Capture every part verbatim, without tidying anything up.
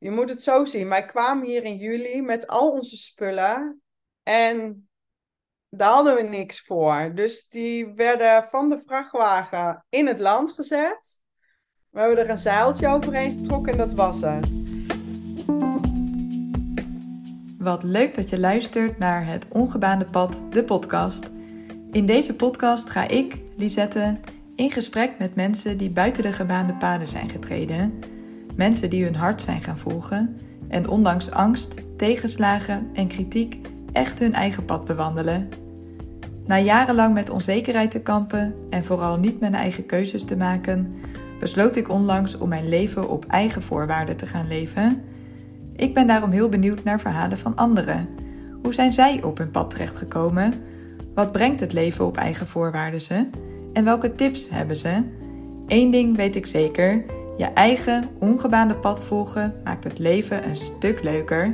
je moet het zo zien. Wij kwamen hier in juli met al onze spullen en daar hadden we niks voor. Dus die werden van de vrachtwagen in het land gezet. We hebben er een zeiltje overheen getrokken en dat was het. Wat leuk dat je luistert naar Het Ongebaande Pad, de podcast. In deze podcast ga ik, Lisette, in gesprek met mensen die buiten de gebaande paden zijn getreden. Mensen die hun hart zijn gaan volgen en ondanks angst, tegenslagen en kritiek echt hun eigen pad bewandelen. Na jarenlang met onzekerheid te kampen en vooral niet mijn eigen keuzes te maken, besloot ik onlangs om mijn leven op eigen voorwaarden te gaan leven. Ik ben daarom heel benieuwd naar verhalen van anderen. Hoe zijn zij op hun pad terechtgekomen? Wat brengt het leven op eigen voorwaarden ze? En welke tips hebben ze? Eén ding weet ik zeker: je eigen ongebaande pad volgen maakt het leven een stuk leuker.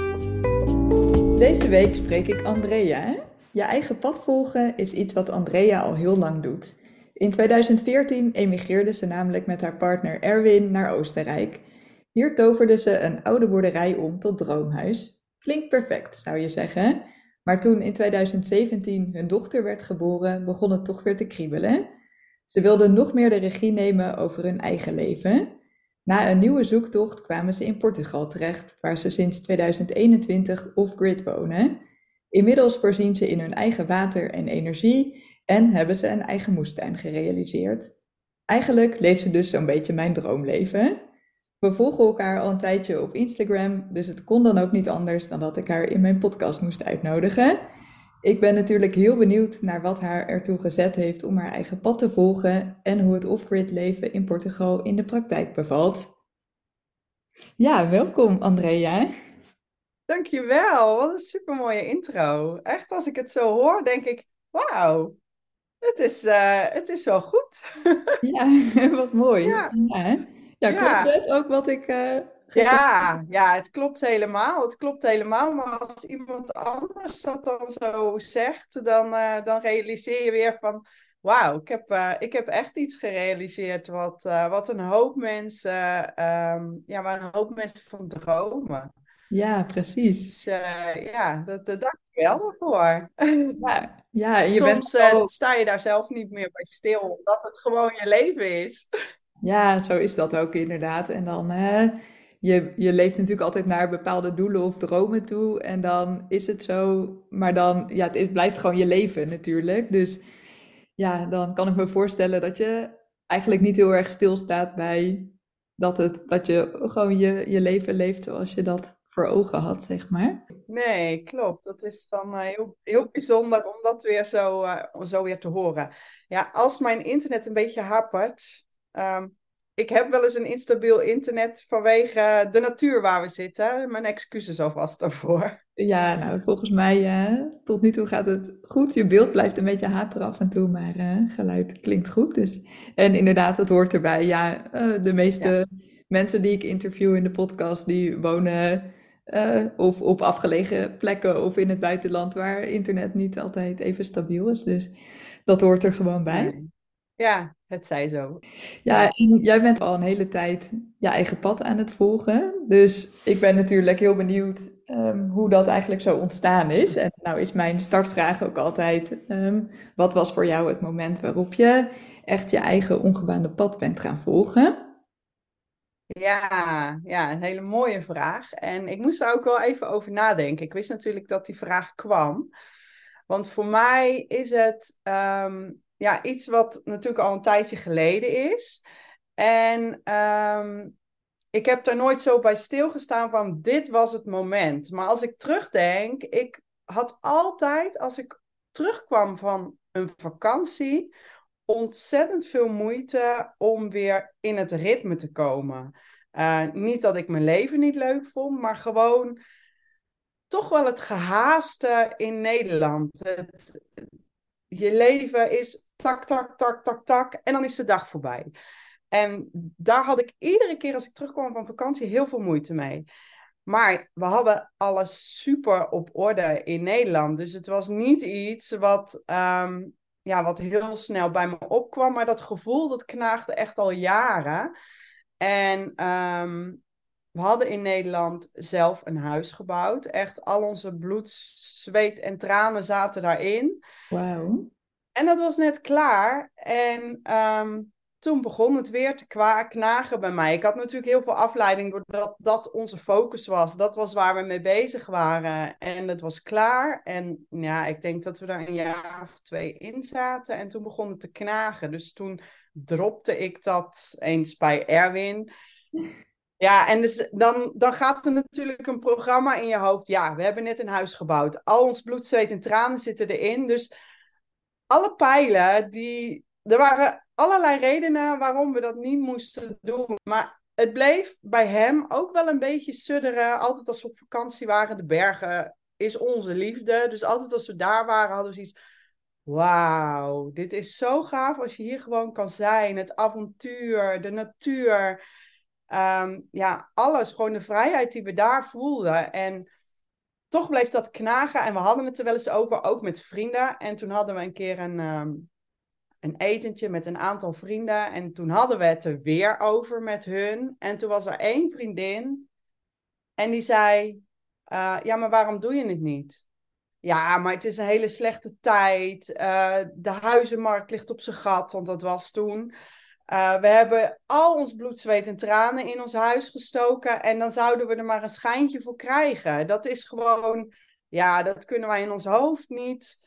Deze week spreek ik Andrea. Je eigen pad volgen is iets wat Andrea al heel lang doet. In tweeduizend veertien emigreerde ze namelijk met haar partner Erwin naar Oostenrijk. Hier toverde ze een oude boerderij om tot droomhuis. Klinkt perfect, zou je zeggen. Maar toen in tweeduizend zeventien hun dochter werd geboren, begon het toch weer te kriebelen. Ze wilden nog meer de regie nemen over hun eigen leven. Na een nieuwe zoektocht kwamen ze in Portugal terecht, waar ze sinds tweeduizend eenentwintig off-grid wonen. Inmiddels voorzien ze in hun eigen water en energie en hebben ze een eigen moestuin gerealiseerd. Eigenlijk leeft ze dus zo'n beetje mijn droomleven. We volgen elkaar al een tijdje op Instagram, dus het kon dan ook niet anders dan dat ik haar in mijn podcast moest uitnodigen. Ik ben natuurlijk heel benieuwd naar wat haar ertoe gezet heeft om haar eigen pad te volgen en hoe het off-grid leven in Portugal in de praktijk bevalt. Ja, welkom Andrea. Dankjewel, wat een supermooie intro. Echt, als ik het zo hoor, denk ik, wauw, het is, eh, het is wel goed. Ja, wat mooi. Ja, Ja, hè? Ja, klopt ja. het ook wat ik eh gezegd Ja, ja, het klopt helemaal. Het klopt helemaal. Maar als iemand anders dat dan zo zegt, dan, eh, dan realiseer je weer van, wauw, ik heb, eh, ik heb echt iets gerealiseerd wat, eh, wat een hoop mensen, ehm, ja, waar een hoop mensen van dromen. Ja, precies. Dus eh, ja, dat, dat dank je wel daarvoor. Ja, ja, je bent Soms eh, al. sta je daar zelf niet meer bij stil, omdat het gewoon je leven is. Ja, zo is dat ook inderdaad. En dan, hè, je, je leeft natuurlijk altijd naar bepaalde doelen of dromen toe. En dan is het zo, maar dan, ja, het is- blijft gewoon je leven natuurlijk. Dus ja, dan kan ik me voorstellen dat je eigenlijk niet heel erg stilstaat bij dat, het, dat je gewoon je, je leven leeft zoals je dat voor ogen had, zeg maar. Nee, klopt. Dat is dan eh, heel, heel bijzonder om dat weer zo, eh, zo weer te horen. Ja, als mijn internet een beetje hapert. ehm, ik heb wel eens een instabiel internet vanwege de natuur waar we zitten. Mijn excuses alvast daarvoor. Ja, nou, volgens mij eh, tot nu toe gaat het goed. Je beeld blijft een beetje haperen af en toe, maar eh, geluid klinkt goed. Dus. En inderdaad, het hoort erbij. Ja, eh, de Ja, meeste mensen die ik interview in de podcast, die wonen eh, of op afgelegen plekken of in het buitenland waar internet niet altijd even stabiel is. Dus dat hoort er gewoon bij. nee. Ja, het zij zo. Ja, en jij bent al een hele tijd je eigen pad aan het volgen. Dus ik ben natuurlijk heel benieuwd ehm, hoe dat eigenlijk zo ontstaan is. En nou is mijn startvraag ook altijd, ehm, wat was voor jou het moment waarop je echt je eigen ongebaande pad bent gaan volgen? Ja, ja, een hele mooie vraag. En ik moest daar ook wel even over nadenken. Ik wist natuurlijk dat die vraag kwam. Want voor mij is het ehm, ja, iets wat natuurlijk al een tijdje geleden is. En ehm, ik heb daar nooit zo bij stilgestaan van dit was het moment. Maar als ik terugdenk, ik had altijd, als ik terugkwam van een vakantie, ontzettend veel moeite om weer in het ritme te komen. Uh, niet dat ik mijn leven niet leuk vond, maar gewoon toch wel het gehaaste in Nederland. Het, je leven is tak, tak, tak, tak, tak en dan is de dag voorbij. En daar had ik iedere keer als ik terugkwam van vakantie heel veel moeite mee. Maar we hadden alles super op orde in Nederland. Dus het was niet iets wat, um, ja, wat heel snel bij me opkwam. Maar dat gevoel dat knaagde echt al jaren. En um, we hadden in Nederland zelf een huis gebouwd. Echt al onze bloed, zweet en tranen zaten daarin. Wauw. En dat was net klaar. En ehm, toen begon het weer te kwa- knagen bij mij. Ik had natuurlijk heel veel afleiding doordat dat onze focus was. Dat was waar we mee bezig waren. En het was klaar. En ja, ik denk dat we daar een jaar of twee in zaten. En toen begon het te knagen. Dus toen dropte ik dat eens bij Erwin. Ja, en dus dan, dan gaat er natuurlijk een programma in je hoofd. Ja, we hebben net een huis gebouwd. Al ons bloed, zweet en tranen zitten erin. Dus alle pijlen, die, er waren allerlei redenen waarom we dat niet moesten doen. Maar het bleef bij hem ook wel een beetje sudderen. Altijd als we op vakantie waren, de bergen is onze liefde. Dus altijd als we daar waren, hadden we zoiets. Wauw, dit is zo gaaf als je hier gewoon kan zijn. Het avontuur, de natuur. Ehm, ja, alles. Gewoon de vrijheid die we daar voelden. En toch bleef dat knagen. En we hadden het er wel eens over, ook met vrienden. En toen hadden we een keer een, ehm, een etentje met een aantal vrienden. En toen hadden we het er weer over met hun. En toen was er één vriendin. En die zei, uh, ja, maar waarom doe je het niet? Ja, maar het is een hele slechte tijd. Uh, de huizenmarkt ligt op zijn gat, want dat was toen. Uh, we hebben al ons bloed, zweet en tranen in ons huis gestoken. En dan zouden we er maar een schijntje voor krijgen. Dat is gewoon, ja, dat kunnen wij in ons hoofd niet.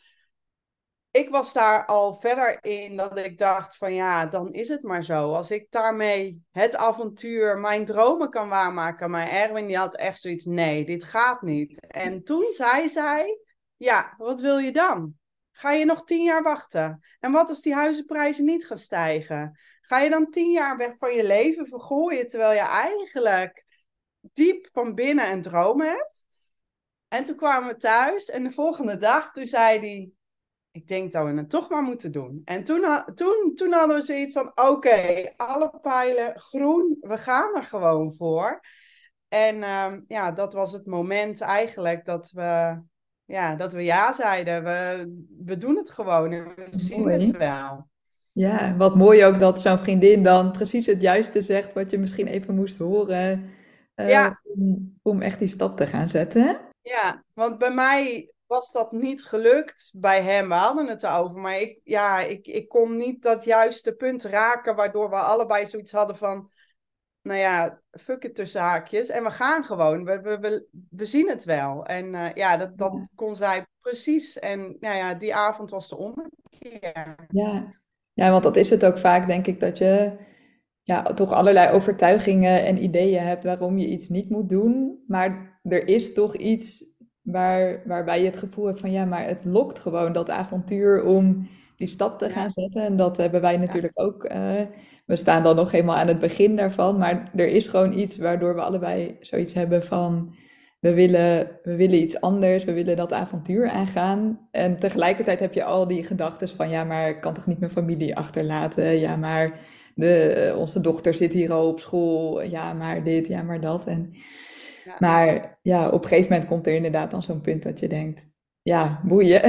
Ik was daar al verder in dat ik dacht van ja, dan is het maar zo. Als ik daarmee het avontuur, mijn dromen kan waarmaken. Maar Erwin die had echt zoiets, nee, dit gaat niet. En toen zei zij, ja, wat wil je dan? Ga je nog tien jaar wachten? En wat als die huizenprijzen niet gaan stijgen? Ga je dan tien jaar weg van je leven vergooien, terwijl je eigenlijk diep van binnen een droom hebt? En toen kwamen we thuis en de volgende dag, toen zei hij, ik denk dat we het toch maar moeten doen. En toen, toen, toen hadden we zoiets van, oké, okay, alle pijlen groen, we gaan er gewoon voor. En um, ja, dat was het moment eigenlijk dat we ja, dat we ja zeiden. We, we doen het gewoon en we zien het Mooi. wel. Ja, wat mooi ook dat zo'n vriendin dan precies het juiste zegt wat je misschien even moest horen, eh, Ja, om, om echt die stap te gaan zetten. ja, want bij mij was dat niet gelukt. Bij hem, we hadden het erover. Maar ik, ja, ik, ik kon niet dat juiste punt raken, waardoor we allebei zoiets hadden van, nou ja, fuck het tussen haakjes. En we gaan gewoon. We, we, we, we zien het wel. En uh, ja, dat, dat Ja. kon zij precies. En nou ja, die avond was de ommekeer. Ja. Ja, want dat is het ook vaak, denk ik, dat je ja, toch allerlei overtuigingen en ideeën hebt waarom je iets niet moet doen. Maar er is toch iets waar, waarbij je het gevoel hebt van ja, maar het lokt gewoon dat avontuur om die stap te gaan Ja, zetten. En dat hebben wij ja, natuurlijk ook. eh, we staan dan nog helemaal aan het begin daarvan. Maar er is gewoon iets waardoor we allebei zoiets hebben van we willen, we willen iets anders, we willen dat avontuur aangaan. En tegelijkertijd heb je al die gedachten van ja, maar ik kan toch niet mijn familie achterlaten? Ja, maar de, onze dochter zit hier al op school. Ja, maar dit, ja, maar dat. En, ja. maar ja, op een gegeven moment komt er inderdaad dan zo'n punt dat je denkt, ja, boeien.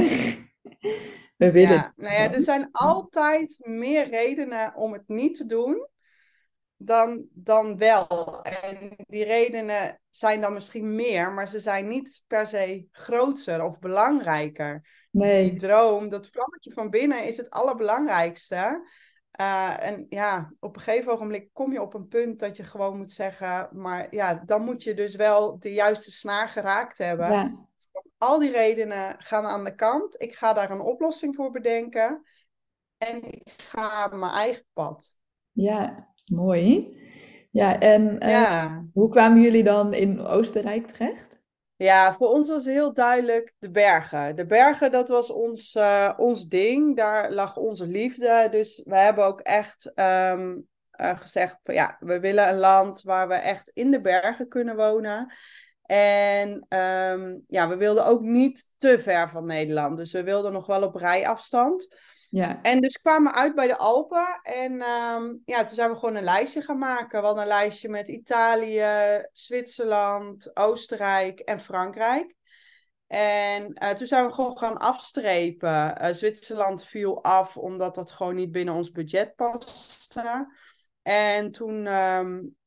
We willen het Ja, nou ja, er dan. zijn altijd meer redenen om het niet te doen dan, dan wel. En die redenen zijn dan misschien meer, maar ze zijn niet per se groter of belangrijker. Die Nee, droom, dat vlammetje van binnen is het allerbelangrijkste. Uh, en ja, op een gegeven ogenblik kom je op een punt dat je gewoon moet zeggen, maar ja, dan moet je dus wel de juiste snaar geraakt hebben. ja, Al die redenen gaan aan de kant. Ik ga daar een oplossing voor bedenken. En ik ga mijn eigen pad. ja, mooi. Ja, en eh, Ja. hoe kwamen jullie dan in Oostenrijk terecht? Ja, voor ons was heel duidelijk de bergen. De bergen, dat was ons, uh, ons ding. Daar lag onze liefde. Dus we hebben ook echt um, uh, gezegd van ja, we willen een land waar we echt in de bergen kunnen wonen. En um, ja, we wilden ook niet te ver van Nederland. Dus we wilden nog wel op rijafstand. Ja, En dus kwamen we uit bij de Alpen. En um, ja, toen zijn we gewoon een lijstje gaan maken. We hadden een lijstje met Italië, Zwitserland, Oostenrijk en Frankrijk. En uh, toen zijn we gewoon gaan afstrepen. Uh, Zwitserland viel af omdat dat gewoon niet binnen ons budget paste. En toen um,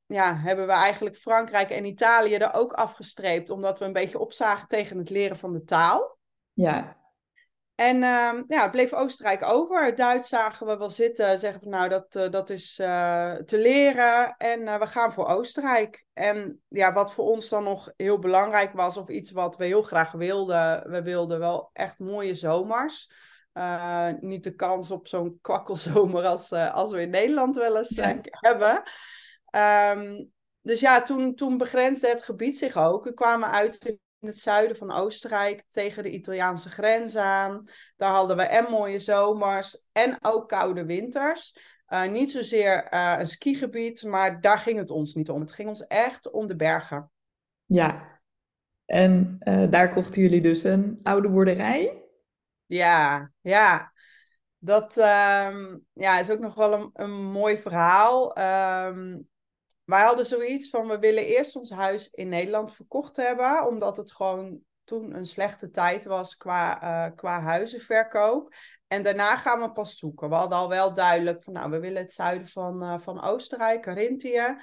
ja, hebben we eigenlijk Frankrijk en Italië er ook afgestreept, omdat we een beetje opzagen tegen het leren van de taal. Ja, En ehm, ja, het bleef Oostenrijk over. Duits zagen we wel zitten. Zeggen we nou, dat, eh, dat is eh, te leren. En eh, we gaan voor Oostenrijk. En ja, wat voor ons dan nog heel belangrijk was, of iets wat we heel graag wilden. We wilden wel echt mooie zomers. Eh, niet de kans op zo'n kwakkelzomer als, eh, als we in Nederland wel eens eh, ja, hebben. Ehm, dus ja, toen, toen begrensde het gebied zich ook. We kwamen uit in het zuiden van Oostenrijk tegen de Italiaanse grens aan. Daar hadden we en mooie zomers en ook koude winters. Uh, niet zozeer uh, een skigebied, maar daar ging het ons niet om. Het ging ons echt om de bergen. ja. En eh, daar kochten jullie dus een oude boerderij? Ja, ja. Dat um, ja, is ook nog wel een, een mooi verhaal. Um, wij hadden zoiets van, we willen eerst ons huis in Nederland verkocht hebben, omdat het gewoon toen een slechte tijd was qua, uh, qua huizenverkoop. En daarna gaan we pas zoeken. We hadden al wel duidelijk van, nou, we willen het zuiden van, uh, van Oostenrijk, Carinthië.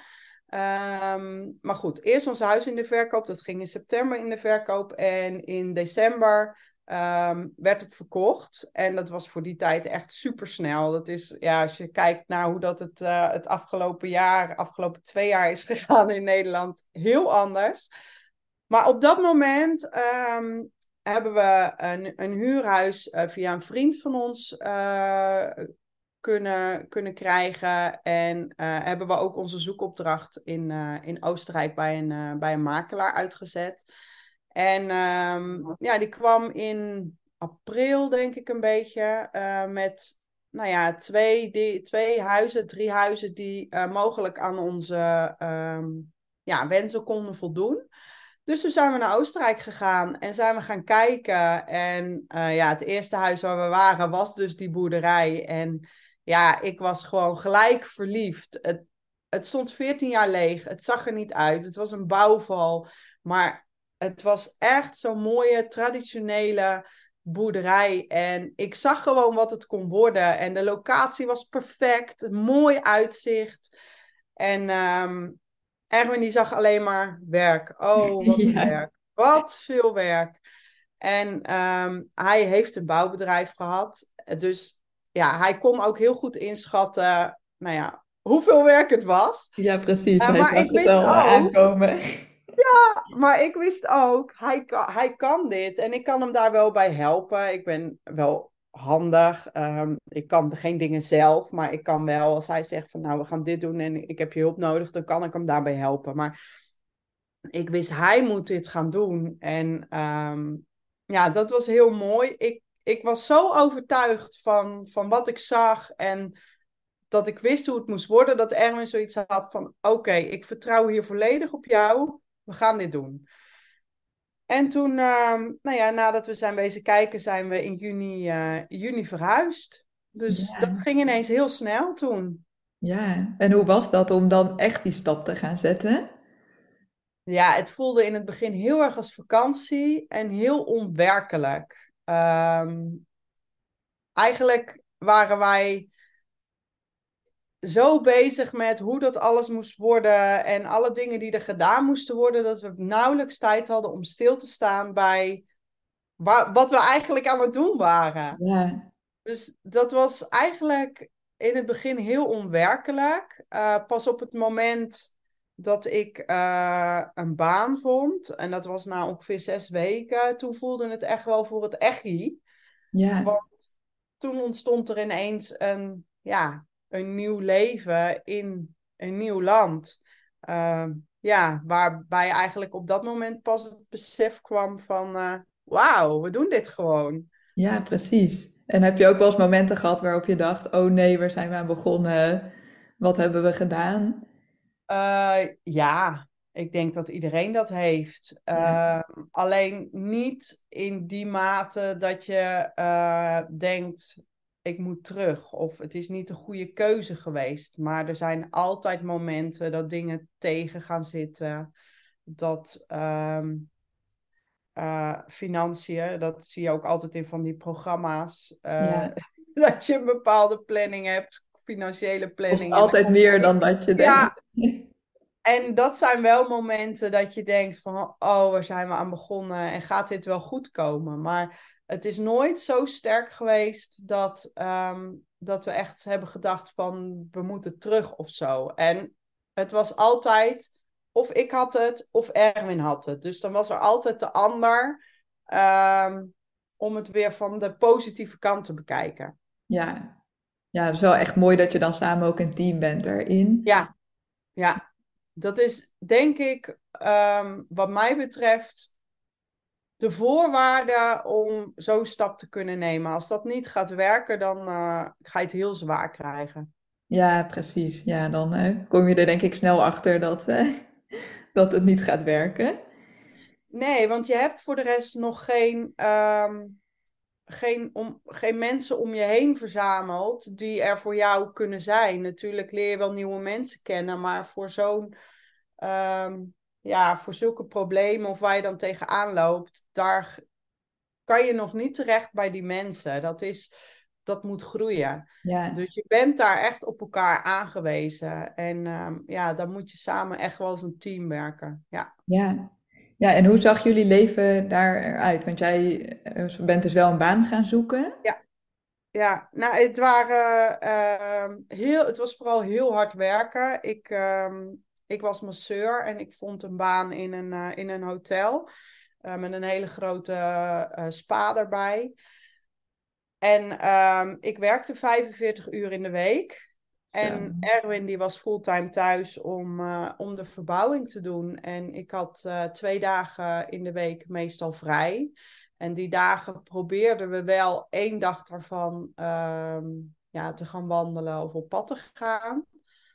Um, maar goed, eerst ons huis in de verkoop. Dat ging in september in de verkoop. En in december um, werd het verkocht. En dat was voor die tijd echt super snel. Dat is, ja, als je kijkt naar hoe dat het, uh, het afgelopen jaar, afgelopen twee jaar is gegaan in Nederland, heel anders. Maar op dat moment um, hebben we een, een huurhuis uh, via een vriend van ons uh, kunnen, kunnen krijgen. En uh, hebben we ook onze zoekopdracht in, uh, in Oostenrijk bij een, uh, bij een makelaar uitgezet. En um, ja, die kwam in april, denk ik een beetje, uh, met nou ja, twee, die, twee huizen, drie huizen die uh, mogelijk aan onze um, ja, wensen konden voldoen. Dus toen zijn we naar Oostenrijk gegaan en zijn we gaan kijken. En uh, ja, het eerste huis waar we waren was dus die boerderij. En ja, ik was gewoon gelijk verliefd. Het, het stond veertien jaar leeg. Het zag er niet uit. Het was een bouwval. Maar het was echt zo'n mooie, traditionele boerderij. En ik zag gewoon wat het kon worden. En de locatie was perfect. Mooi uitzicht. En um, Erwin die zag alleen maar werk. Oh, wat een Ja, werk. Wat veel werk. En um, hij heeft een bouwbedrijf gehad. Dus ja, hij kon ook heel goed inschatten, nou ja, hoeveel werk het was. ja, precies. Uh, Hij maar zag ik het wist al eh, ook, aankomen. maar ik wist ook, hij kan, hij kan dit en ik kan hem daar wel bij helpen. Ik ben wel handig. Um, ik kan geen dingen zelf, maar ik kan wel, als hij zegt van nou, we gaan dit doen en ik heb je hulp nodig, dan kan ik hem daarbij helpen. Maar ik wist, hij moet dit gaan doen. En um, ja, dat was heel mooi. Ik, ik was zo overtuigd van, van wat ik zag en dat ik wist hoe het moest worden, dat Erwin zoiets had van oké, okay, ik vertrouw hier volledig op jou. We gaan dit doen. En toen, uh, nou ja, nadat we zijn wezen kijken, zijn we in juni, uh, juni verhuisd. Dus dat Ja, ging ineens heel snel toen. ja. En hoe was dat om dan echt die stap te gaan zetten? Ja, het voelde in het begin heel erg als vakantie en heel onwerkelijk. Um, eigenlijk waren wij zo bezig met hoe dat alles moest worden en alle dingen die er gedaan moesten worden, dat we nauwelijks tijd hadden om stil te staan bij wa- wat we eigenlijk aan het doen waren. Ja, Dus dat was eigenlijk in het begin heel onwerkelijk. Uh, pas op het moment dat ik uh, een baan vond, en dat was na ongeveer zes weken, toen voelde het echt wel voor het echi. ja, Want toen ontstond er ineens een, ja, een nieuw leven in een nieuw land. Uh, ja, waarbij eigenlijk op dat moment pas het besef kwam van, uh, wauw, we doen dit gewoon. ja, precies. En heb je ook wel eens momenten gehad waarop je dacht, oh nee, waar zijn we aan begonnen? Wat hebben we gedaan? Uh, ja, ik denk dat iedereen dat heeft. Ja, Uh, alleen niet in die mate dat je uh, denkt, ik moet terug. Of het is niet de goede keuze geweest. Maar er zijn altijd momenten dat dingen tegen gaan zitten. Dat um, uh, financiën, dat zie je ook altijd in van die programma's. Uh, ja. dat je een bepaalde planning hebt, financiële Kost planning. En dan altijd komt meer er dan dat je denkt. ja, En dat zijn wel momenten dat je denkt van, oh, waar zijn we aan begonnen en gaat dit wel goed komen? Maar het is nooit zo sterk geweest dat, ehm, dat we echt hebben gedacht van, we moeten terug of zo. En het was altijd, of ik had het, of Erwin had het. Dus dan was er altijd de ander, ehm, om het weer van de positieve kant te bekijken. Ja. Ja, het is wel echt mooi dat je dan samen ook een team bent daarin. Ja, ja. Dat is denk ik, ehm, wat mij betreft, de voorwaarde om zo'n stap te kunnen nemen. Als dat niet gaat werken, dan eh, ga je het heel zwaar krijgen. Ja, precies. Ja, dan eh, kom je er denk ik snel achter dat, eh, dat het niet gaat werken. Nee, want je hebt voor de rest nog geen, ehm, geen, om, geen mensen om je heen verzameld die er voor jou kunnen zijn. Natuurlijk leer je wel nieuwe mensen kennen, maar voor zo'n, ehm, ja, voor zulke problemen of waar je dan tegenaan loopt, daar kan je nog niet terecht bij die mensen. Dat is, dat moet groeien. Ja, Dus je bent daar echt op elkaar aangewezen. En ehm, ja, dan moet je samen echt wel als een team werken. Ja, ja. Ja, en hoe zag jullie leven daar eruit? Want jij eh, bent dus wel een baan gaan zoeken. ja, ja. Nou, het waren ehm, heel, het was vooral heel hard werken. Ik, ehm, ik was masseur en ik vond een baan in een, eh, in een hotel. eh, met een hele grote eh, spa erbij. En ehm, ik werkte vijfenveertig uur in de week. Zo. En Erwin die was fulltime thuis om, eh, om de verbouwing te doen. En ik had eh, twee dagen in de week meestal vrij. En die dagen probeerden we wel één dag daarvan ehm, ja, te gaan wandelen of op pad te gaan.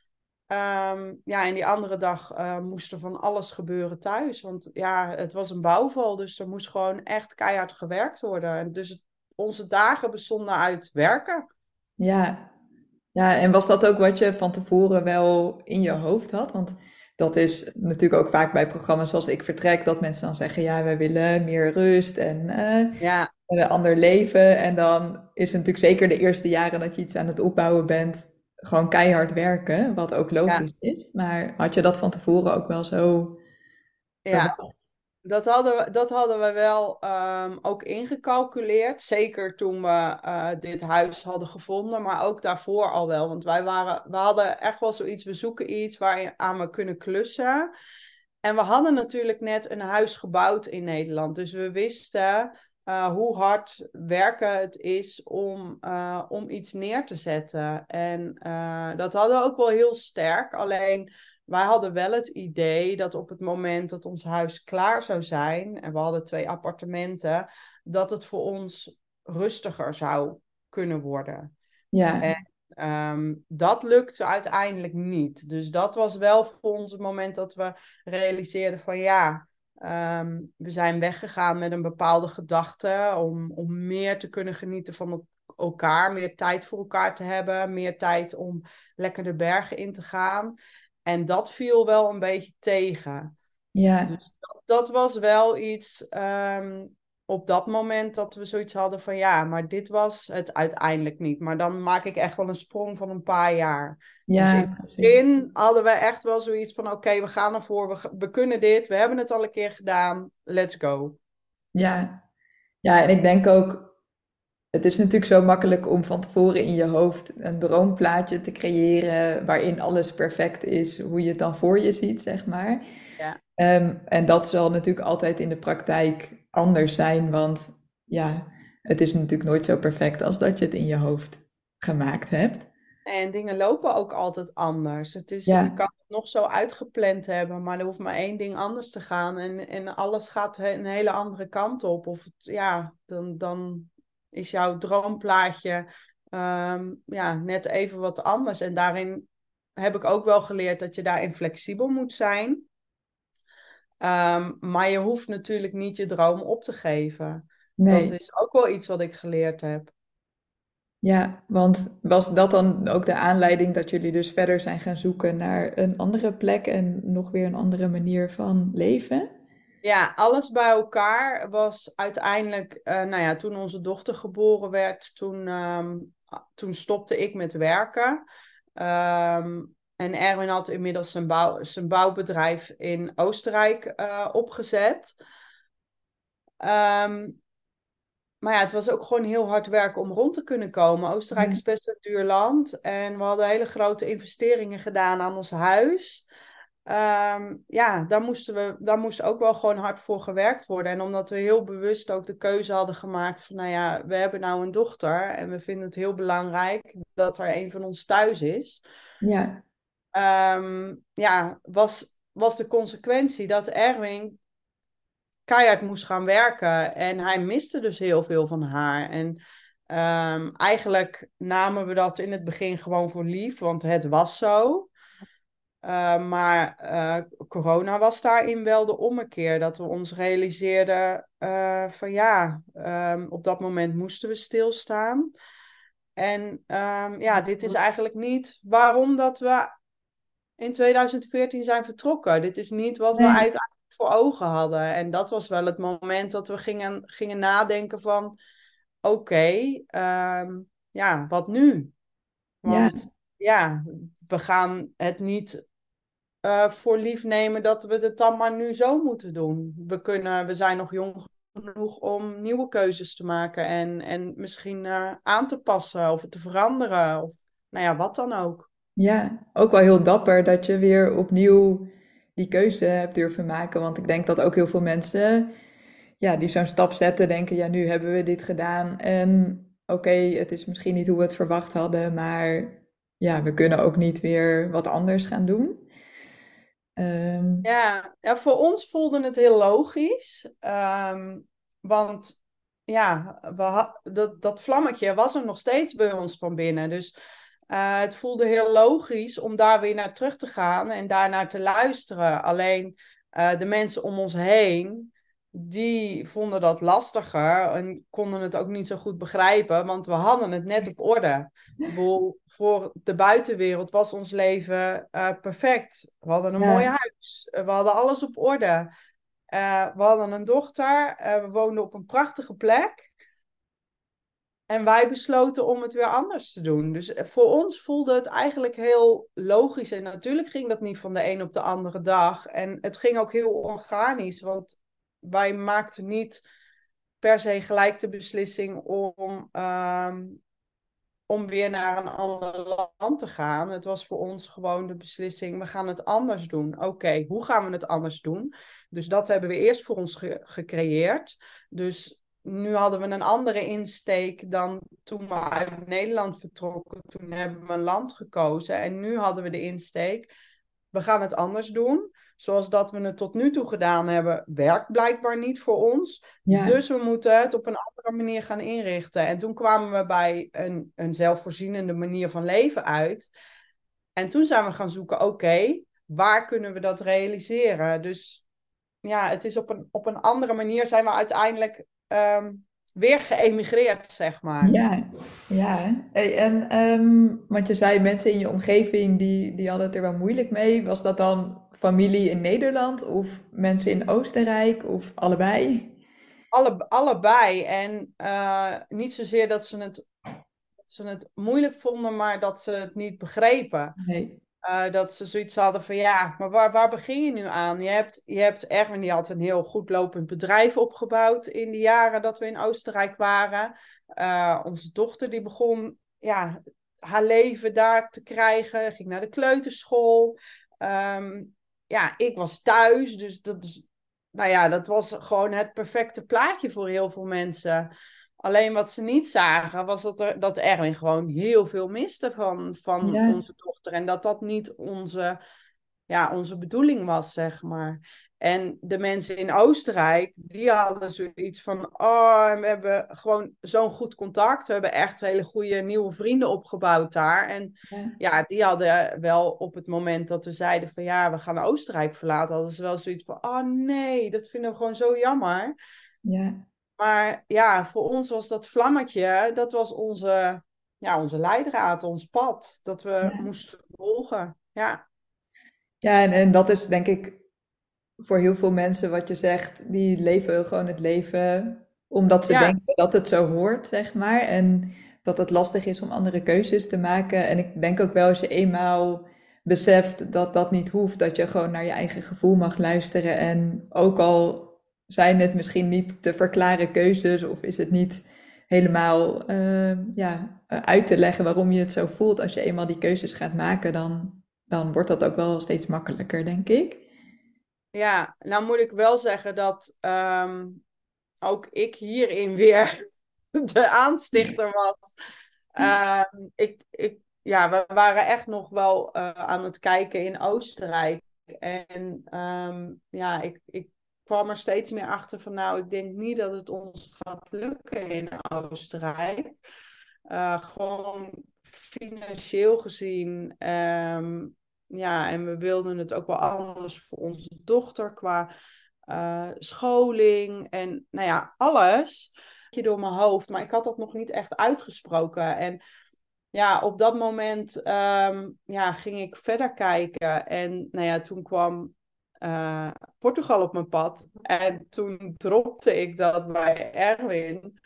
Ehm, ja, en die andere dag eh, moest er van alles gebeuren thuis. Want ja, het was een bouwval, dus er moest gewoon echt keihard gewerkt worden. En dus het- onze dagen bestonden uit werken. Ja. Ja, en was dat ook wat je van tevoren wel in je hoofd had? Want dat is natuurlijk ook vaak bij programma's zoals Ik Vertrek, dat mensen dan zeggen, ja, wij willen meer rust en eh, Ja, een ander leven. En dan is het natuurlijk zeker de eerste jaren dat je iets aan het opbouwen bent, gewoon keihard werken, wat ook ja, logisch is. Maar had je dat van tevoren ook wel zo ja. verwacht? Dat hadden we, dat hadden we wel ehm, ook ingecalculeerd. Zeker toen we eh, dit huis hadden gevonden, maar ook daarvoor al wel. Want wij waren, we hadden echt wel zoiets, we zoeken iets waaraan we kunnen klussen. En we hadden natuurlijk net een huis gebouwd in Nederland. Dus we wisten eh, hoe hard werken het is om, eh, om iets neer te zetten. En eh, dat hadden we ook wel heel sterk. Alleen wij hadden wel het idee dat op het moment dat ons huis klaar zou zijn, en we hadden twee appartementen, dat het voor ons rustiger zou kunnen worden. Ja, En ehm, dat lukte uiteindelijk niet. Dus dat was wel voor ons het moment dat we realiseerden van ja, ehm, we zijn weggegaan met een bepaalde gedachte om, om meer te kunnen genieten van elkaar, meer tijd voor elkaar te hebben, meer tijd om lekker de bergen in te gaan. En dat viel wel een beetje tegen. ja, Dus dat, dat was wel iets ehm, op dat moment dat we zoiets hadden van ja, maar dit was het uiteindelijk niet. Maar dan maak ik echt wel een sprong van een paar jaar. Dus in ja, het precies. begin hadden we echt wel zoiets van oké, we gaan ervoor, we, we kunnen dit, we hebben het al een keer gedaan, let's go. Ja, ja, en ik denk ook, het is natuurlijk zo makkelijk om van tevoren in je hoofd een droomplaatje te creëren waarin alles perfect is, hoe je het dan voor je ziet, zeg maar. Ja. Ehm, en dat zal natuurlijk altijd in de praktijk anders zijn, want ja, het is natuurlijk nooit zo perfect als dat je het in je hoofd gemaakt hebt. En dingen lopen ook altijd anders. Het is, je Ja, kan het nog zo uitgepland hebben, maar er hoeft maar één ding anders te gaan. En, en alles gaat he- een hele andere kant op. Of het- ja, dan, dan is jouw droomplaatje ehm, ja, net even wat anders. En daarin heb ik ook wel geleerd dat je daarin flexibel moet zijn. Ehm, maar je hoeft natuurlijk niet je droom op te geven. Dat nee. is ook wel iets wat ik geleerd heb. Ja, want was dat dan ook de aanleiding dat jullie dus verder zijn gaan zoeken naar een andere plek en nog weer een andere manier van leven? Ja, alles bij elkaar was uiteindelijk, eh, nou ja, toen onze dochter geboren werd, toen, ehm, toen stopte ik met werken. Ehm, en Erwin had inmiddels zijn, bouw, zijn bouwbedrijf in Oostenrijk uh, opgezet. Um, maar ja, het was ook gewoon heel hard werken om rond te kunnen komen. Oostenrijk Ja. is best een duur land. En we hadden hele grote investeringen gedaan aan ons huis. Um, ja, daar, moesten we, daar moest ook wel gewoon hard voor gewerkt worden. En omdat we heel bewust ook de keuze hadden gemaakt van, nou ja, we hebben nou een dochter en we vinden het heel belangrijk dat er een van ons thuis is. Ja. Um, ja, was, was de consequentie dat Erwin keihard moest gaan werken. En hij miste dus heel veel van haar. En um, eigenlijk namen we dat in het begin gewoon voor lief, want het was zo. Uh, maar uh, corona was daarin wel de ommekeer. Dat we ons realiseerden uh, van ja, um, op dat moment moesten we stilstaan. En um, ja, dit is eigenlijk niet waarom dat we in twintig veertien zijn vertrokken. Dit is niet wat we Nee. uiteindelijk voor ogen hadden. En dat was wel het moment dat we gingen, gingen nadenken van oké, okay, um, ja, wat nu? Ja. Want ja, we gaan het niet uh, voor lief nemen dat we het dan maar nu zo moeten doen. We, kunnen, we zijn nog jong genoeg om nieuwe keuzes te maken en, en misschien uh, aan te passen of het te veranderen. Of nou ja, wat dan ook. Ja, ook wel heel dapper dat je weer opnieuw die keuze hebt durven maken. Want ik denk dat ook heel veel mensen, ja, die zo'n stap zetten, denken, ja, nu hebben we dit gedaan. En oké, okay, het is misschien niet hoe we het verwacht hadden, maar ja, we kunnen ook niet weer wat anders gaan doen. Um, Ja, ja, voor ons voelde het heel logisch. Um, want ja, we ha- dat, dat vlammetje was er nog steeds bij ons van binnen. Dus uh, het voelde heel logisch om daar weer naar terug te gaan en daarnaar te luisteren. Alleen uh, de mensen om ons heen, die vonden dat lastiger en konden het ook niet zo goed begrijpen, want we hadden het net op orde. Ik bedoel, voor de buitenwereld was ons leven uh, perfect. We hadden een mooi ja, huis. We hadden alles op orde. Uh, we hadden een dochter. Uh, we woonden op een prachtige plek. En wij besloten om het weer anders te doen. Dus voor ons voelde het eigenlijk heel logisch. En natuurlijk ging dat niet van de een op de andere dag. En het ging ook heel organisch. Want wij maakten niet per se gelijk de beslissing om... Um, om weer naar een ander land te gaan. Het was voor ons gewoon de beslissing, we gaan het anders doen. Oké, okay, hoe gaan we het anders doen? Dus dat hebben we eerst voor ons ge- gecreëerd. Dus nu hadden we een andere insteek dan toen we uit Nederland vertrokken. Toen hebben we een land gekozen. En nu hadden we de insteek, we gaan het anders doen. Zoals dat we het tot nu toe gedaan hebben, werkt blijkbaar niet voor ons. ja, Dus we moeten het op een andere manier gaan inrichten. En toen kwamen we bij een, een zelfvoorzienende manier van leven uit. En toen zijn we gaan zoeken, oké, okay, waar kunnen we dat realiseren? Dus ja, het is op een, op een andere manier zijn we uiteindelijk um, weer geëmigreerd, zeg maar. ja, ja. Hey, en, um, want je zei mensen in je omgeving die, die hadden het er wel moeilijk mee. Was dat dan familie in Nederland of mensen in Oostenrijk of allebei? Alle, allebei. En uh, niet zozeer dat ze, het, dat ze het moeilijk vonden, maar dat ze het niet begrepen. Nee. Uh, dat ze zoiets hadden van ja, maar waar, waar begin je nu aan? Je hebt, je hebt Erwin, die had een heel goed lopend bedrijf opgebouwd in de jaren dat we in Oostenrijk waren. Uh, onze dochter die begon ja, haar leven daar te krijgen, ging naar de kleuterschool. Um, ja, ik was thuis, dus dat, is, nou ja, dat was gewoon het perfecte plaatje voor heel veel mensen. Alleen wat ze niet zagen, was dat, er, dat Erwin gewoon heel veel miste van, van Ja, onze dochter. En dat dat niet onze, ja, onze bedoeling was, zeg maar. En de mensen in Oostenrijk, die hadden zoiets van... Oh, we hebben gewoon zo'n goed contact. We hebben echt hele goede nieuwe vrienden opgebouwd daar. En ja, ja, die hadden wel op het moment dat we zeiden van... Ja, we gaan Oostenrijk verlaten. Hadden ze wel zoiets van... Oh nee, dat vinden we gewoon zo jammer. ja, Maar ja, voor ons was dat vlammetje, dat was onze, ja, onze leidraad, ons pad, dat we ja. moesten volgen. Ja, Ja, en, en dat is denk ik voor heel veel mensen wat je zegt, die leven gewoon het leven omdat ze ja, denken dat het zo hoort, zeg maar. En dat het lastig is om andere keuzes te maken. En ik denk ook wel als je eenmaal beseft dat dat niet hoeft. Dat je gewoon naar je eigen gevoel mag luisteren. En ook al zijn het misschien niet te verklaren keuzes of is het niet helemaal eh, ja, eh, uit te leggen waarom je het zo voelt. Als je eenmaal die keuzes gaat maken, dan, dan wordt dat ook wel steeds makkelijker, denk ik. Ja, nou moet ik wel zeggen dat ehm, ook ik hierin weer de aanstichter was. Ehm, ik, ik, ja, we waren echt nog wel eh, aan het kijken in Oostenrijk. En ehm, ja, ik, ik kwam er steeds meer achter van, nou, ik denk niet dat het ons gaat lukken in Oostenrijk. Eh, gewoon financieel gezien. ehm, ja, en we wilden het ook wel anders voor onze dochter qua eh, scholing en nou ja, alles door mijn hoofd. Maar ik had dat nog niet echt uitgesproken. En ja, op dat moment ehm, ja, ging ik verder kijken. En nou ja, toen kwam eh, Portugal op mijn pad. En toen dropte ik dat bij Erwin.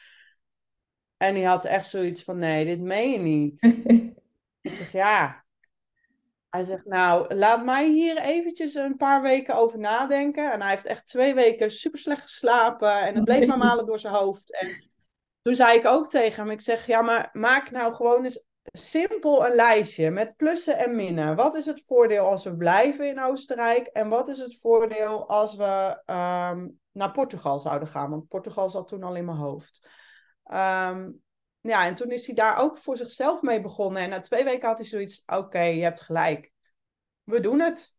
En die had echt zoiets van, nee, dit meen je niet. Ik zeg, ja. Hij zegt, nou, laat mij hier eventjes een paar weken over nadenken. En hij heeft echt twee weken super slecht geslapen. En het bleef maar malen door zijn hoofd. En toen zei ik ook tegen hem, ik zeg, ja, maar maak nou gewoon eens simpel een lijstje met plussen en minnen. Wat is het voordeel als we blijven in Oostenrijk? En wat is het voordeel als we ehm, naar Portugal zouden gaan? Want Portugal zat toen al in mijn hoofd. Ehm, ja, en toen is hij daar ook voor zichzelf mee begonnen. En na twee weken had hij zoiets, oké, je hebt gelijk. We doen het.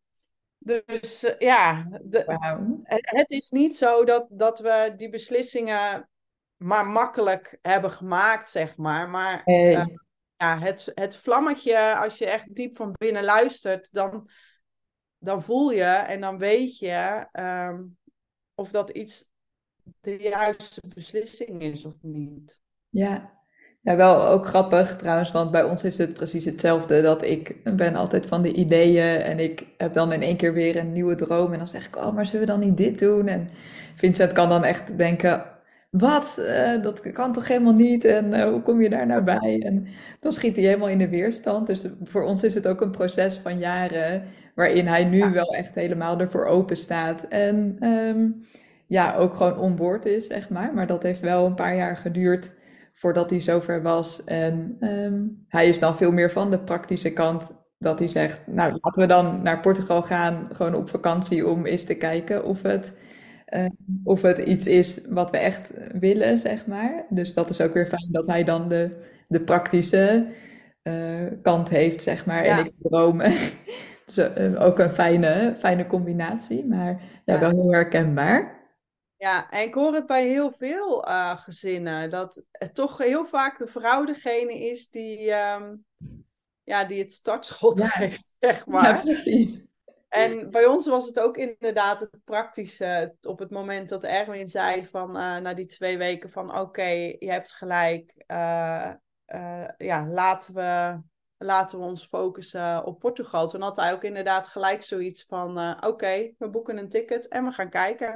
Dus eh, ja, de, Wauw. het, het is niet zo dat, dat we die beslissingen maar makkelijk hebben gemaakt, zeg maar. Maar eh, Hey. ja, het, het vlammetje, als je echt diep van binnen luistert, dan, dan voel je en dan weet je ehm, of dat iets de juiste beslissing is of niet. Ja. Ja, wel ook grappig trouwens, want bij ons is het precies hetzelfde. Dat ik ben altijd van de ideeën en ik heb dan in één keer weer een nieuwe droom. En dan zeg ik, oh, maar zullen we dan niet dit doen? En Vincent kan dan echt denken, wat? Eh, dat kan toch helemaal niet? En eh, hoe kom je daar nou bij? En dan schiet hij helemaal in de weerstand. Dus voor ons is het ook een proces van jaren, waarin hij nu Ja, wel echt helemaal ervoor open staat. En ehm, ja, ook gewoon onboord is, zeg maar. Maar dat heeft wel een paar jaar geduurd voordat hij zover was. En ehm, hij is dan veel meer van de praktische kant. Dat hij zegt, nou laten we dan naar Portugal gaan, gewoon op vakantie om eens te kijken of het, eh, of het iets is wat we echt willen, zeg maar. Dus dat is ook weer fijn dat hij dan de, de praktische eh, kant heeft, zeg maar. En ja, ik dromen. Dus eh, ook een fijne, fijne combinatie, maar ja, wel ja. heel herkenbaar. Ja, en ik hoor het bij heel veel eh, gezinnen, dat het toch heel vaak de vrouw degene is die, ehm, ja, die het startschot Ja, geeft, zeg ja, maar. precies. En bij ons was het ook inderdaad het praktische. Op het moment dat Erwin zei van eh, na die twee weken van oké, je hebt gelijk. eh, eh, ja, laten we, laten we ons focussen op Portugal. Toen had hij ook inderdaad gelijk zoiets van eh, oké, we boeken een ticket en we gaan kijken.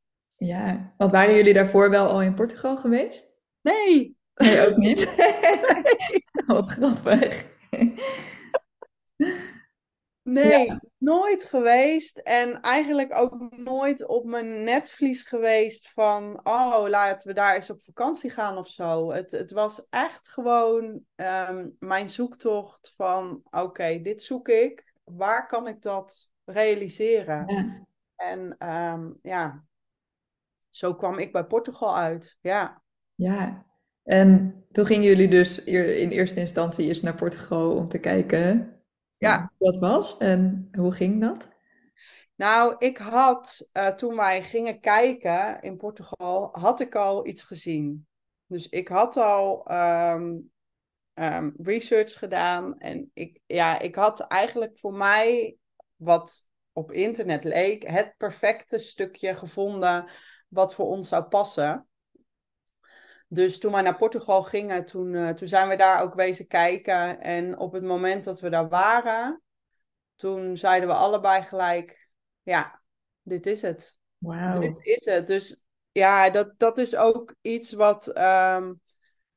Ja, want waren jullie daarvoor wel al in Portugal geweest? Nee, Nee, ook niet. Wat grappig. Ja, nee, nooit geweest. En eigenlijk ook nooit op mijn netvlies geweest van, oh, laten we daar eens op vakantie gaan of zo. Het, het was echt gewoon ehm, mijn zoektocht van, oké, dit zoek ik. Waar kan ik dat realiseren? ja, En ehm, ja, zo kwam ik bij Portugal uit. Ja, ja. En toen gingen jullie dus eer- in eerste instantie eens naar Portugal om te kijken, nou, ja. hoe dat was en hoe ging dat? Nou, ik had, eh, toen wij gingen kijken in Portugal, had ik al iets gezien. Dus ik had al ehm, ehm, research gedaan. En ik, ja, ik had eigenlijk voor mij, wat op internet leek, het perfecte stukje gevonden wat voor ons zou passen. Dus toen wij naar Portugal gingen, toen, eh, toen zijn we daar ook wezen kijken. En op het moment dat we daar waren, toen zeiden we allebei gelijk, ja, dit is het. Dit Wauw. is het. Dus ja, dat, dat is ook iets wat, ehm,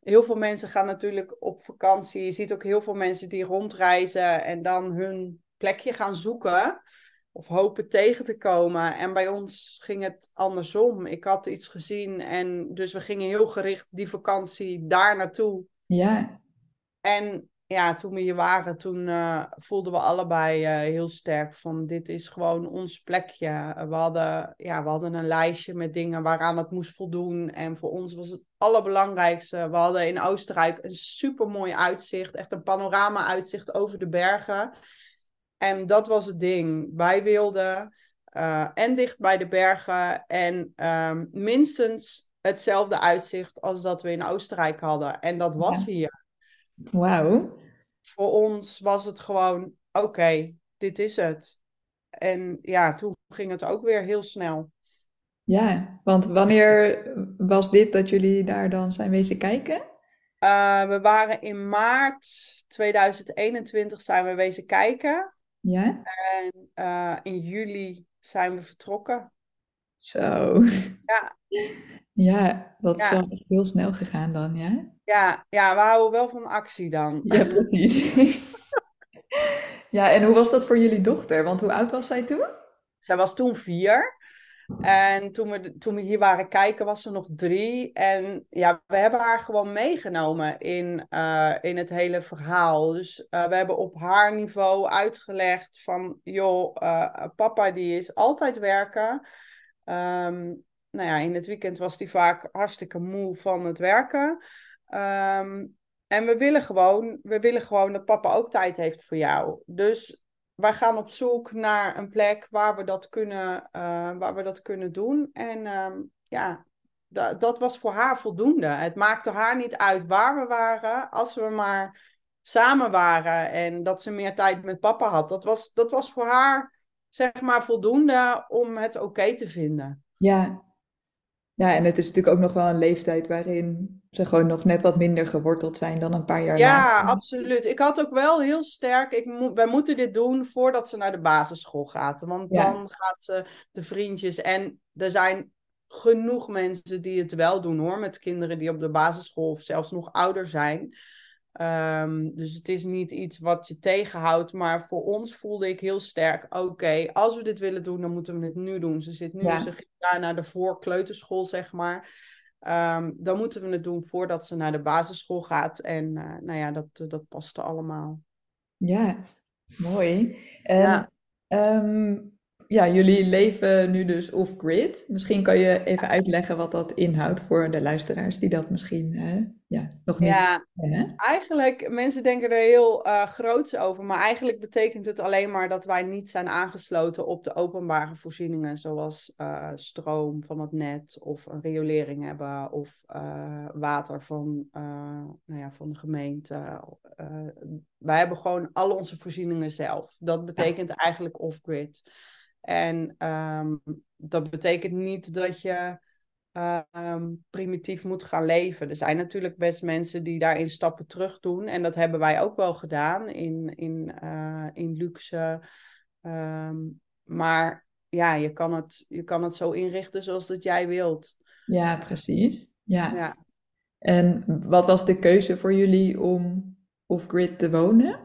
heel veel mensen gaan natuurlijk op vakantie. Je ziet ook heel veel mensen die rondreizen en dan hun plekje gaan zoeken. Of hopen tegen te komen. En bij ons ging het andersom. Ik had iets gezien en dus we gingen heel gericht die vakantie daar naartoe. Ja, En ja, toen we hier waren, toen eh, voelden we allebei eh, heel sterk van dit is gewoon ons plekje. We hadden, ja, we hadden een lijstje met dingen waaraan het moest voldoen. En voor ons was het allerbelangrijkste. We hadden in Oostenrijk een supermooi uitzicht. Echt een panorama-uitzicht over de bergen. En dat was het ding. Wij wilden uh, en dicht bij de bergen en um, minstens hetzelfde uitzicht als dat we in Oostenrijk hadden. En dat was ja. hier. Wauw. Voor ons was het gewoon, oké, okay, dit is het. En ja, toen ging het ook weer heel snel. Ja, want wanneer was dit dat jullie daar dan zijn wezen kijken? Uh, we waren in maart tweeduizend eenentwintig zijn we wezen kijken. Ja, En uh, in juli zijn we vertrokken. zo. Ja, Ja, dat is ja, wel echt heel snel gegaan dan, ja? ja, ja, we houden wel van actie dan. Ja, precies. Ja, en hoe was dat voor jullie dochter? Want hoe oud was zij toen? Zij was toen vier. En toen we, toen we hier waren kijken, was ze nog drie. En ja, we hebben haar gewoon meegenomen in, uh, in het hele verhaal. Dus uh, we hebben op haar niveau uitgelegd van... joh, uh, papa die is altijd werken. Um, nou ja, in het weekend was die vaak hartstikke moe van het werken. Um, en we willen gewoon, we willen gewoon dat papa ook tijd heeft voor jou. Dus wij gaan op zoek naar een plek waar we dat kunnen, uh, waar we dat kunnen doen. En um, ja, d- dat was voor haar voldoende. Het maakte haar niet uit waar we waren, als we maar samen waren en dat ze meer tijd met papa had. Dat was, dat was voor haar, zeg maar, voldoende om het oké te vinden. Ja. Ja, en het is natuurlijk ook nog wel een leeftijd waarin ze gewoon nog net wat minder geworteld zijn dan een paar jaar later. Ja, absoluut. Ik had ook wel heel sterk, ik mo- wij moeten dit doen voordat ze naar de basisschool gaat. Want Ja, dan gaat ze de vriendjes. En er zijn genoeg mensen die het wel doen hoor. Met kinderen die op de basisschool of zelfs nog ouder zijn. Ehm, dus het is niet iets wat je tegenhoudt. Maar voor ons voelde ik heel sterk, oké, als we dit willen doen, dan moeten we het nu doen. Ze zit nu, ze ja, ging daar naar de voorkleuterschool, zeg maar. Um, dan moeten we het doen voordat ze naar de basisschool gaat. En uh, nou ja, dat, dat paste allemaal. ja, mooi. En Ja, ehm, ja, jullie leven nu dus off-grid. Misschien kan je even uitleggen wat dat inhoudt voor de luisteraars die dat misschien eh, ja, nog niet ja, kennen. eigenlijk, mensen denken er heel uh, groots over, maar eigenlijk betekent het alleen maar dat wij niet zijn aangesloten op de openbare voorzieningen, zoals uh, stroom van het net of een riolering hebben of uh, water van, uh, nou ja, van de gemeente. Uh, wij hebben gewoon al onze voorzieningen zelf. Dat Ja, betekent eigenlijk off-grid. En um, dat betekent niet dat je um, primitief moet gaan leven. Er zijn natuurlijk best mensen die daarin stappen terug doen. En dat hebben wij ook wel gedaan in, in, uh, in luxe. Um, maar ja, je kan, het, je kan het zo inrichten zoals dat jij wilt. ja, precies. Ja. Ja. En wat was de keuze voor jullie om off-grid te wonen?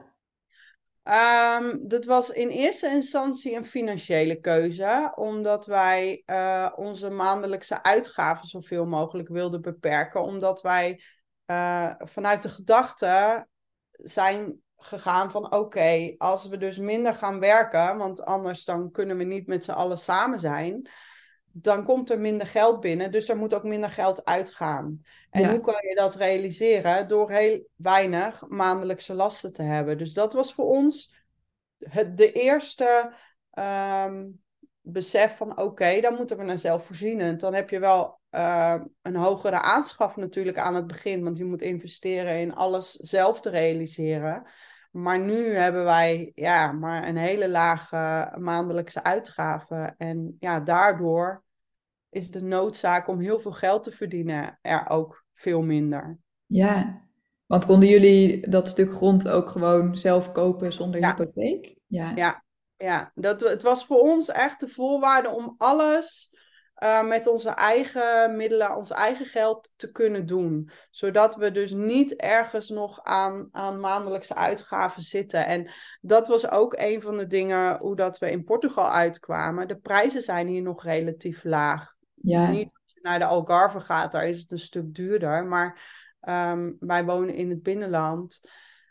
Um, dat was in eerste instantie een financiële keuze, omdat wij uh, onze maandelijkse uitgaven zoveel mogelijk wilden beperken, omdat wij uh, vanuit de gedachte zijn gegaan van oké, okay, als we dus minder gaan werken, want anders dan kunnen we niet met z'n allen samen zijn, dan komt er minder geld binnen, dus er moet ook minder geld uitgaan. En hoe Ja, kan je dat realiseren? Door heel weinig maandelijkse lasten te hebben. Dus dat was voor ons het, de eerste um, besef van oké, okay, dan moeten we naar zelfvoorzienend. Dan heb je wel uh, een hogere aanschaf natuurlijk aan het begin, want je moet investeren in alles zelf te realiseren. Maar nu hebben wij ja, maar een hele lage maandelijkse uitgave. En ja, daardoor is de noodzaak om heel veel geld te verdienen er ook veel minder. ja. Want konden jullie dat stuk grond ook gewoon zelf kopen zonder Ja, hypotheek? Ja, ja, ja. Dat, het was voor ons echt de voorwaarde om alles uh, met onze eigen middelen, ons eigen geld te kunnen doen. Zodat we dus niet ergens nog aan, aan maandelijkse uitgaven zitten. En dat was ook een van de dingen hoe dat we in Portugal uitkwamen. De prijzen zijn hier nog relatief laag. Ja, Niet als je naar de Algarve gaat, daar is het een stuk duurder. Maar um, wij wonen in het binnenland.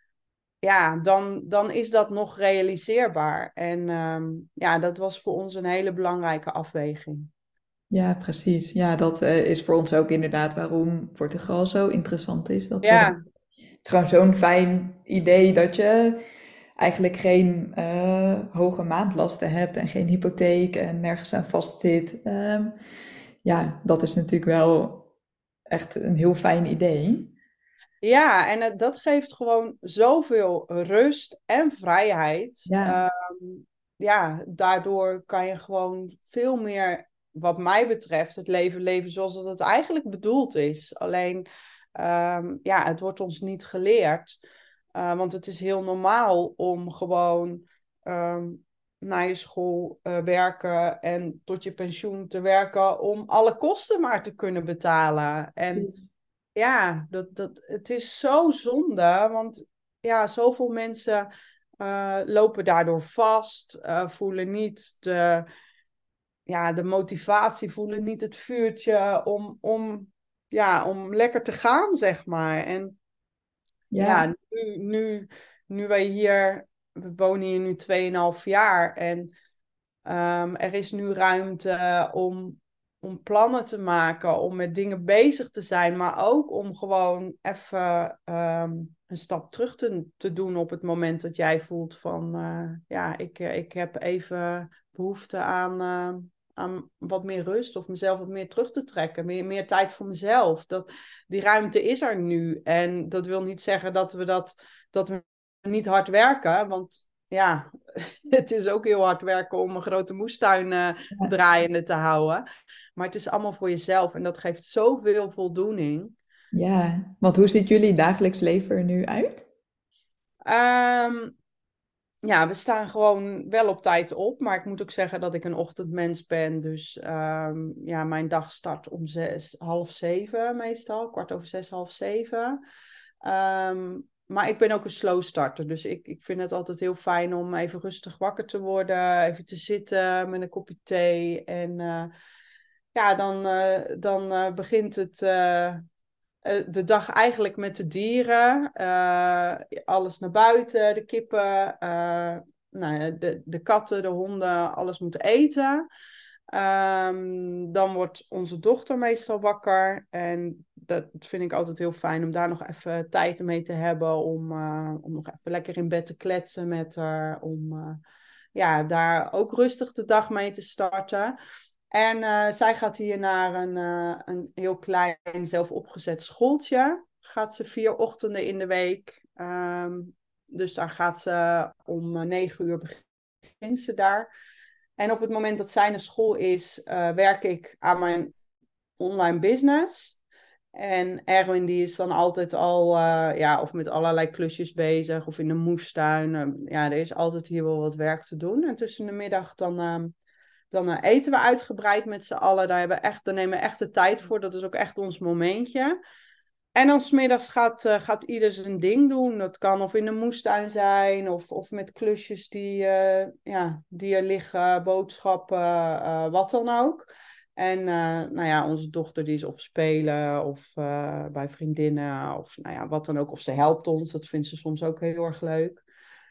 Ja, dan, dan is dat nog realiseerbaar. En um, ja, dat was voor ons een hele belangrijke afweging. ja, precies. Ja, dat eh, is voor ons ook inderdaad waarom Portugal zo interessant is. Dat we dat- Ja, het is gewoon zo'n fijn idee dat je eigenlijk geen eh, hoge maandlasten hebt en geen hypotheek en nergens aan vastzit. Ehm, ja, dat is natuurlijk wel echt een heel fijn idee. ja, en het, dat geeft gewoon zoveel rust en vrijheid. Ja, Ehm, ja, daardoor kan je gewoon veel meer, wat mij betreft, het leven leven zoals het, het eigenlijk bedoeld is. Alleen, ehm, ja, het wordt ons niet geleerd. Uh, want het is heel normaal om gewoon ehm, naar je school uh, werken en tot je pensioen te werken om alle kosten maar te kunnen betalen. En precies. ja, dat, dat, het is zo zonde, want ja, zoveel mensen uh, lopen daardoor vast, uh, voelen niet de, ja, de motivatie, voelen niet het vuurtje om, om, ja, om lekker te gaan, zeg maar. En Ja, ja, nu, nu, nu wij hier, we wonen hier nu tweeënhalf jaar en um, er is nu ruimte om, om plannen te maken, om met dingen bezig te zijn, maar ook om gewoon even um, een stap terug te, te doen op het moment dat jij voelt van, uh, ja, ik, ik heb even behoefte aan, uh, aan wat meer rust of mezelf wat meer terug te trekken, meer, meer tijd voor mezelf. Dat, die ruimte is er nu en dat wil niet zeggen dat we, dat, dat we niet hard werken, want ja, het is ook heel hard werken om een grote moestuin uh, ja, draaiende te houden. Maar het is allemaal voor jezelf en dat geeft zoveel voldoening. ja. Want hoe ziet jullie dagelijks leven er nu uit? Um, ja, we staan gewoon wel op tijd op. Maar ik moet ook zeggen dat ik een ochtendmens ben. Dus um, ja, mijn dag start om zes, half zeven meestal. Kwart over zes, half zeven. Um, maar ik ben ook een slow starter. Dus ik, ik vind het altijd heel fijn om even rustig wakker te worden. Even te zitten met een kopje thee. En uh, ja, dan, uh, dan uh, begint het... Uh, de dag eigenlijk met de dieren. Uh, alles naar buiten, de kippen, uh, nou ja, de, de katten, de honden, alles moeten eten. Um, dan wordt onze dochter meestal wakker. En dat vind ik altijd heel fijn om daar nog even tijd mee te hebben. Om, uh, om nog even lekker in bed te kletsen met haar. Om uh, ja, daar ook rustig de dag mee te starten. En uh, zij gaat hier naar een, uh, een heel klein zelfopgezet schooltje. Gaat ze vier ochtenden in de week. Um, dus daar gaat ze om uh, negen uur begint ze daar. En op het moment dat zij naar school is, uh, werk ik aan mijn online business. En Erwin die is dan altijd al, uh, ja, of met allerlei klusjes bezig, of in de moestuin. Uh, ja, er is altijd hier wel wat werk te doen. En tussen de middag dan... Uh, dan uh, eten we uitgebreid met z'n allen. Daar, hebben we echt, daar nemen we echt de tijd voor. Dat is ook echt ons momentje. En dan 's middags gaat, uh, gaat ieder zijn ding doen. Dat kan of in de moestuin zijn. Of, of met klusjes die, uh, ja, die er liggen. Boodschappen, uh, wat dan ook. En uh, nou ja, onze dochter die is of spelen. Of uh, bij vriendinnen. Of nou ja, wat dan ook. Of ze helpt ons. Dat vindt ze soms ook heel erg leuk.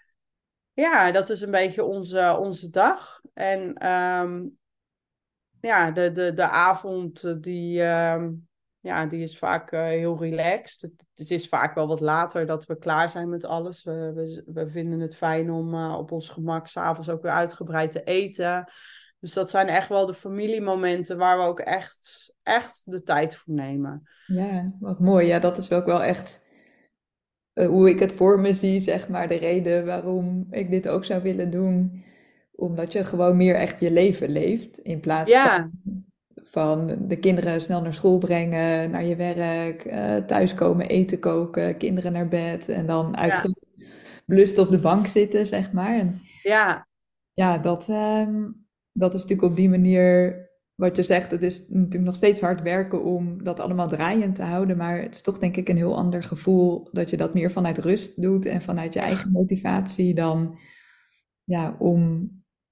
Ja, dat is een beetje onze, onze dag. En um, ja, de, de, de avond eh, die, um, ja, die is vaak uh, heel relaxed. Het, het is vaak wel wat later dat we klaar zijn met alles. We, we, we vinden het fijn om uh, op ons gemak 's avonds ook weer uitgebreid te eten. Dus dat zijn echt wel de familiemomenten waar we ook echt, echt de tijd voor nemen. Ja, wat mooi. Ja, dat is ook wel echt eh, hoe ik het voor me zie, zeg maar, de reden waarom ik dit ook zou willen doen. Omdat je gewoon meer echt je leven leeft, in plaats van, Ja, van de kinderen snel naar school brengen, naar je werk, eh, thuiskomen, eten koken, kinderen naar bed en dan ja, uitgeblust op de bank zitten, zeg maar. En ja, ja, dat, ehm, dat is natuurlijk op die manier. wat je zegt, het is natuurlijk nog steeds hard werken om dat allemaal draaiend te houden, maar het is toch denk ik een heel ander gevoel dat je dat meer vanuit rust doet en vanuit je eigen motivatie dan ja, om,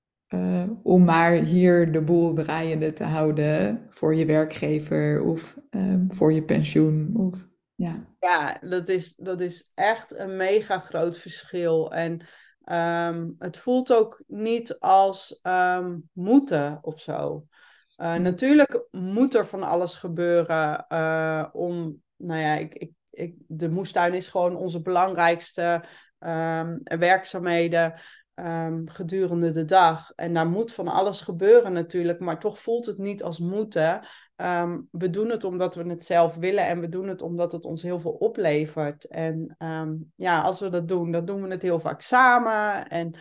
eh, om maar hier de boel draaiende te houden voor je werkgever of ehm, voor je pensioen. Of, ja. Ja, dat is, dat is echt een mega groot verschil. En ehm, het voelt ook niet als ehm, moeten of zo. Uh, natuurlijk moet er van alles gebeuren uh, om, nou ja, ik, ik, ik, de moestuin is gewoon onze belangrijkste um, werkzaamheden um, gedurende de dag. En daar moet van alles gebeuren natuurlijk, maar toch voelt het niet als moeten. Um, we doen het omdat we het zelf willen en we doen het omdat het ons heel veel oplevert. En um, ja, als we dat doen, dan doen we het heel vaak samen. En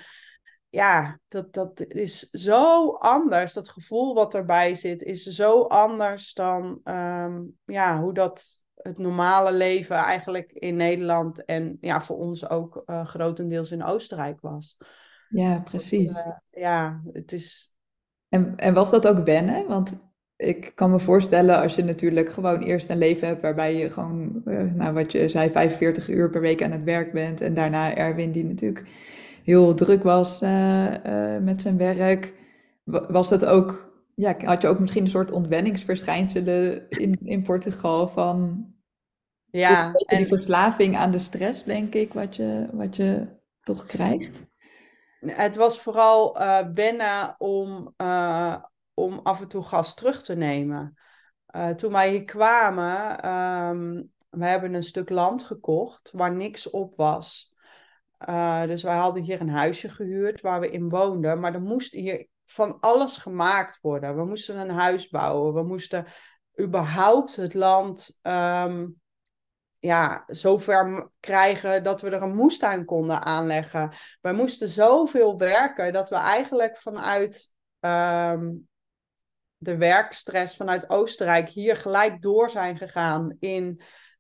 ja, dat, dat is zo anders. Dat gevoel wat erbij zit, is zo anders dan um, ja, hoe dat het normale leven eigenlijk in Nederland en ja, voor ons ook uh, grotendeels in Oostenrijk was. Ja, Dat, precies. uh, ja, het is. En, en was dat ook wennen? Want ik kan me voorstellen als je natuurlijk gewoon eerst een leven hebt waarbij je gewoon, eh, nou wat je zei, vijfenveertig uur per week aan het werk bent. En daarna Erwin die natuurlijk heel druk was eh, eh, met zijn werk. Wa- Was dat ook, ja, had je ook misschien een soort ontwenningsverschijnselen in, in Portugal van toch een Ja, beetje die en verslaving aan de stress, denk ik, wat je, wat je toch krijgt? het was vooral uh, wennen om, uh, om af en toe gas terug te nemen. Uh, toen wij hier kwamen, um, we hebben een stuk land gekocht waar niks op was. Uh, dus wij hadden hier een huisje gehuurd waar we in woonden. Maar er moest hier van alles gemaakt worden. We moesten een huis bouwen. We moesten überhaupt het land um, ja, zover krijgen dat we er een moestuin konden aanleggen. Wij moesten zoveel werken dat we eigenlijk vanuit um, de werkstress vanuit Oostenrijk hier gelijk door zijn gegaan in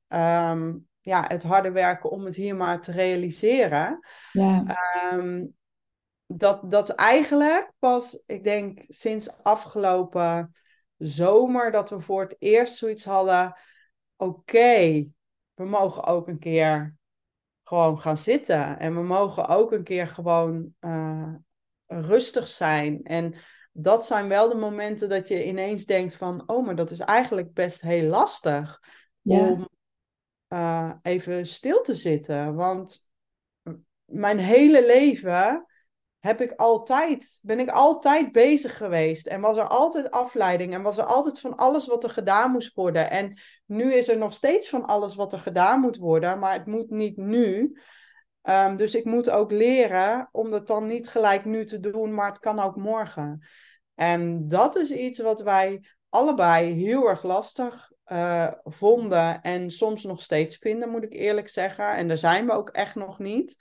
um, ja, het harde werken om het hier maar te realiseren. Ja, Um, dat, dat eigenlijk pas, ik denk sinds afgelopen zomer, dat we voor het eerst zoiets hadden. Oké, okay, we mogen ook een keer gewoon gaan zitten. En we mogen ook een keer gewoon uh, rustig zijn. En dat zijn wel de momenten dat je ineens denkt van, oh, maar dat is eigenlijk best heel lastig ja, om uh, even stil te zitten. Want mijn hele leven heb ik altijd, ben ik altijd bezig geweest. En was er altijd afleiding. En was er altijd van alles wat er gedaan moest worden. En nu is er nog steeds van alles wat er gedaan moet worden. Maar het moet niet nu. Um, dus ik moet ook leren om dat dan niet gelijk nu te doen. Maar het kan ook morgen. En dat is iets wat wij allebei heel erg lastig uh, vonden. En soms nog steeds vinden, moet ik eerlijk zeggen. En daar zijn we ook echt nog niet.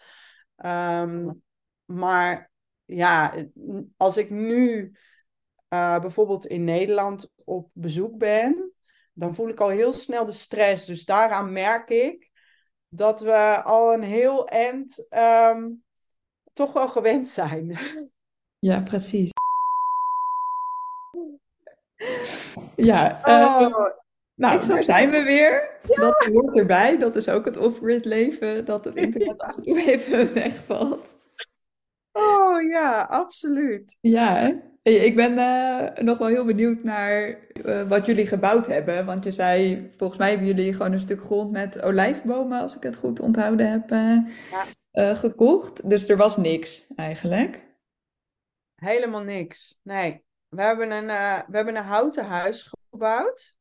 Um, maar ja, als ik nu uh, bijvoorbeeld in Nederland op bezoek ben, dan voel ik al heel snel de stress. Dus daaraan merk ik dat we al een heel eind um, toch wel gewend zijn. ja, precies. Ja, eh, Oh, ik nou, daar zat. zijn we weer. Dat hoort erbij. Dat is ook het off-grid leven, dat het internet af en toe even wegvalt. Oh ja, absoluut. Ja, hè? Hey, ik ben eh, nog wel heel benieuwd naar eh, wat jullie gebouwd hebben. Want je zei, volgens mij hebben jullie gewoon een stuk grond met olijfbomen, als ik het goed onthouden heb, eh, Ja, eh, gekocht. Dus er was niks eigenlijk. helemaal niks. Nee, we hebben een, uh, we hebben een houten huis gebouwd.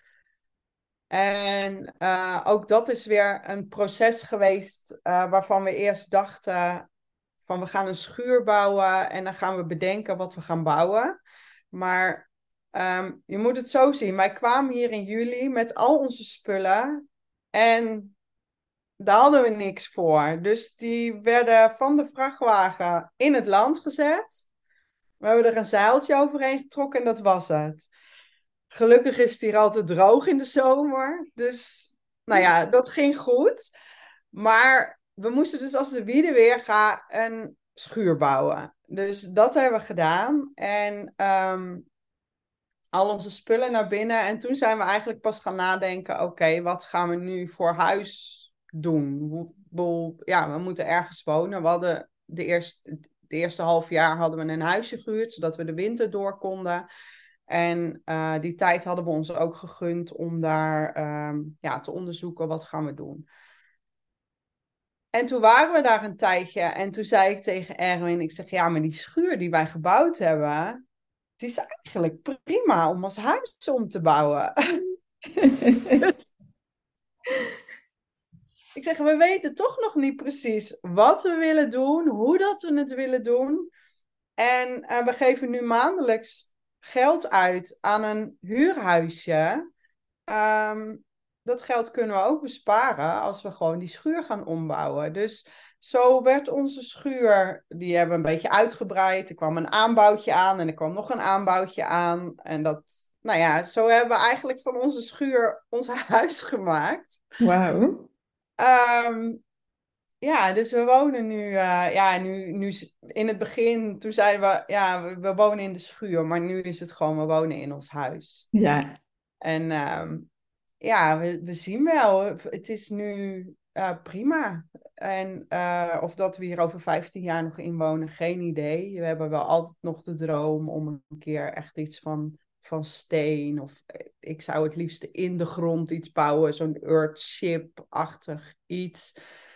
En uh, ook dat is weer een proces geweest uh, waarvan we eerst dachten van we gaan een schuur bouwen en dan gaan we bedenken wat we gaan bouwen. Maar um, je moet het zo zien. Wij kwamen hier in juli met al onze spullen en daar hadden we niks voor. Dus die werden van de vrachtwagen in het land gezet. We hebben er een zeiltje overheen getrokken en dat was het. Gelukkig is het hier altijd droog in de zomer. Dus, nou ja, dat ging goed. Maar we moesten dus als de wiede weer gaan een schuur bouwen. Dus dat hebben we gedaan. En um, al onze spullen naar binnen. En toen zijn we eigenlijk pas gaan nadenken, oké, okay, wat gaan we nu voor huis doen? Hoe, ja, we moeten ergens wonen. We hadden de eerste, de eerste half jaar hadden we een huisje gehuurd, zodat we de winter door konden. En uh, die tijd hadden we ons ook gegund om daar um, ja, te onderzoeken, wat gaan we doen. En toen waren we daar een tijdje en toen zei ik tegen Erwin, ik zeg, ja, maar die schuur die wij gebouwd hebben, die is eigenlijk prima om als huis om te bouwen. Dus ik zeg, we weten toch nog niet precies wat we willen doen, hoe dat we het willen doen. En uh, we geven nu maandelijks geld uit aan een huurhuisje. Um, dat geld kunnen we ook besparen als we gewoon die schuur gaan ombouwen. Dus zo werd onze schuur, die hebben we een beetje uitgebreid. Er kwam een aanbouwtje aan en er kwam nog een aanbouwtje aan. En dat, nou ja, zo hebben we eigenlijk van onze schuur ons huis gemaakt. Wauw. Um, ja, dus we wonen nu, uh, ja, nu, nu in het begin, toen zeiden we, ja, we, we wonen in de schuur. Maar nu is het gewoon, we wonen in ons huis. Ja. En um, ja, we, we zien wel. Het is nu uh, prima. En uh, of dat we hier over vijftien jaar nog in wonen, geen idee. We hebben wel altijd nog de droom om een keer echt iets van, van steen. Of ik zou het liefst in de grond iets bouwen. Zo'n Earthship-achtig iets.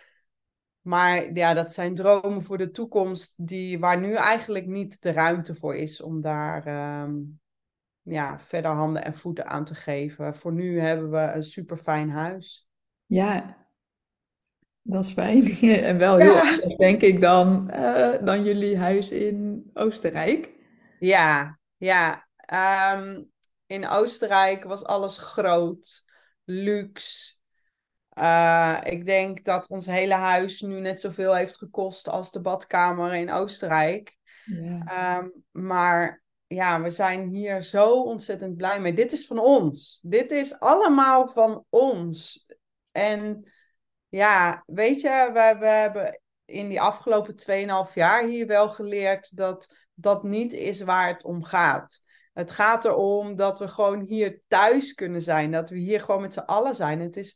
Maar ja, dat zijn dromen voor de toekomst die, waar nu eigenlijk niet de ruimte voor is om daar... Um, ja, verder handen en voeten aan te geven. Voor nu hebben we een super fijn huis. Ja, dat is fijn. En wel heel Ja, anders, denk ik, dan, uh, dan jullie huis in Oostenrijk. ja. ja. Um, in Oostenrijk was alles groot, luxe. Uh, ik denk dat ons hele huis nu net zoveel heeft gekost als de badkamer in Oostenrijk. Ja. Um, maar ja, we zijn hier zo ontzettend blij mee. Dit is van ons. Dit is allemaal van ons. En ja, weet je, we, we hebben in die afgelopen tweeënhalf jaar hier wel geleerd dat dat niet is waar het om gaat. Het gaat erom dat we gewoon hier thuis kunnen zijn. Dat we hier gewoon met z'n allen zijn. Het is,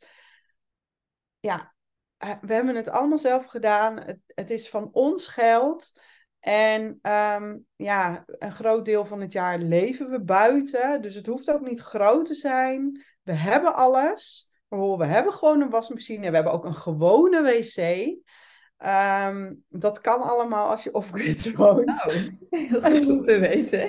ja, we hebben het allemaal zelf gedaan. Het, het is van ons geld. En um, ja, een groot deel van het jaar leven we buiten. Dus het hoeft ook niet groot te zijn. We hebben alles. We hebben gewoon een wasmachine. We hebben ook een gewone wc. Um, dat kan allemaal als je off-grid woont. Nou, heel goed om te weten.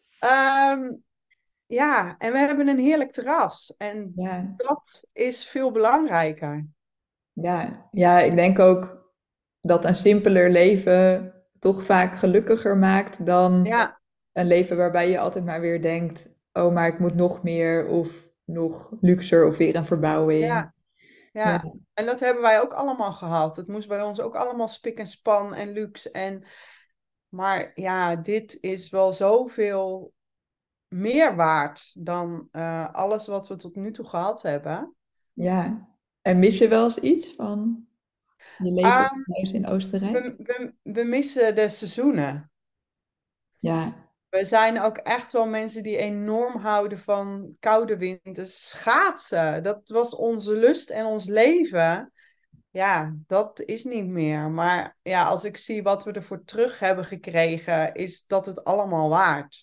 Um, ja, en we hebben een heerlijk terras. En Ja. dat is veel belangrijker. Ja. Ja, ik denk ook dat een simpeler leven toch vaak gelukkiger maakt dan Ja, een leven waarbij je altijd maar weer denkt, oh, maar ik moet nog meer of nog luxer of weer een verbouwing. ja. Ja, Ja, en dat hebben wij ook allemaal gehad. Het moest bij ons ook allemaal spik en span en luxe. En... Maar ja, dit is wel zoveel meer waard dan uh, alles wat we tot nu toe gehad hebben. ja. En mis je wel eens iets van je leven op Um, huis in Oostenrijk? we, we, we missen de seizoenen. Ja, We zijn ook echt wel mensen die enorm houden van koude winters. Schaatsen, dat was onze lust en ons leven. Ja, dat is niet meer. Maar ja, als ik zie wat we ervoor terug hebben gekregen, is dat het allemaal waard.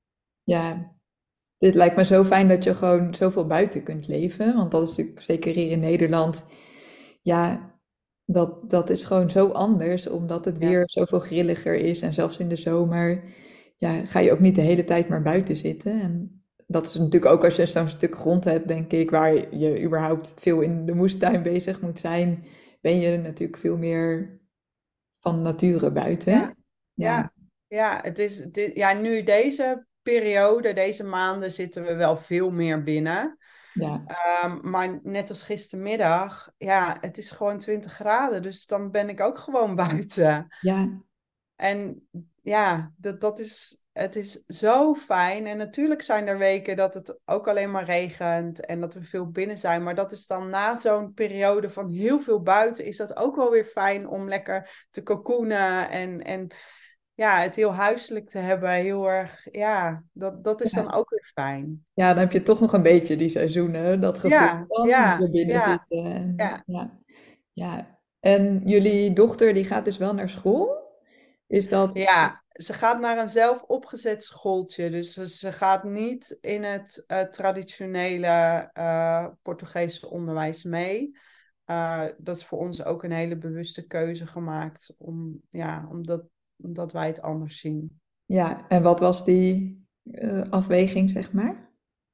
ja. Dit lijkt me zo fijn dat je gewoon zoveel buiten kunt leven. Want dat is natuurlijk zeker hier in Nederland. Ja, dat, dat is gewoon zo anders, omdat het Ja, weer zoveel grilliger is. En zelfs in de zomer, ja, ga je ook niet de hele tijd maar buiten zitten. En dat is natuurlijk ook als je zo'n stuk grond hebt, denk ik, waar je überhaupt veel in de moestuin bezig moet zijn, ben je natuurlijk veel meer van nature buiten. ja, Ja, ja, ja. Het is, het is, ja, nu deze periode, deze maanden zitten we wel veel meer binnen. ja, Um, maar net als gistermiddag, ja, het is gewoon twintig graden. Dus dan ben ik ook gewoon buiten. ja, En ja, dat, dat is, het is zo fijn. En natuurlijk zijn er weken dat het ook alleen maar regent en dat we veel binnen zijn. Maar dat is dan na zo'n periode van heel veel buiten, is dat ook wel weer fijn om lekker te cocoonen. En, en ja, het heel huiselijk te hebben, heel erg, ja, dat, dat is Ja. dan ook weer fijn. Ja, dan heb je toch nog een beetje die seizoenen, dat gevoel Ja, van ja, hier binnen ja, zitten. En, ja. ja. Ja. En jullie dochter die gaat dus wel naar school? Is dat... Ja, ze gaat naar een zelf opgezet schooltje. Dus ze ze gaat niet in het eh, traditionele eh, Portugese onderwijs mee. Eh, dat is voor ons ook een hele bewuste keuze gemaakt, om, ja, omdat, omdat wij het anders zien. Ja, en wat was die eh, afweging, zeg maar?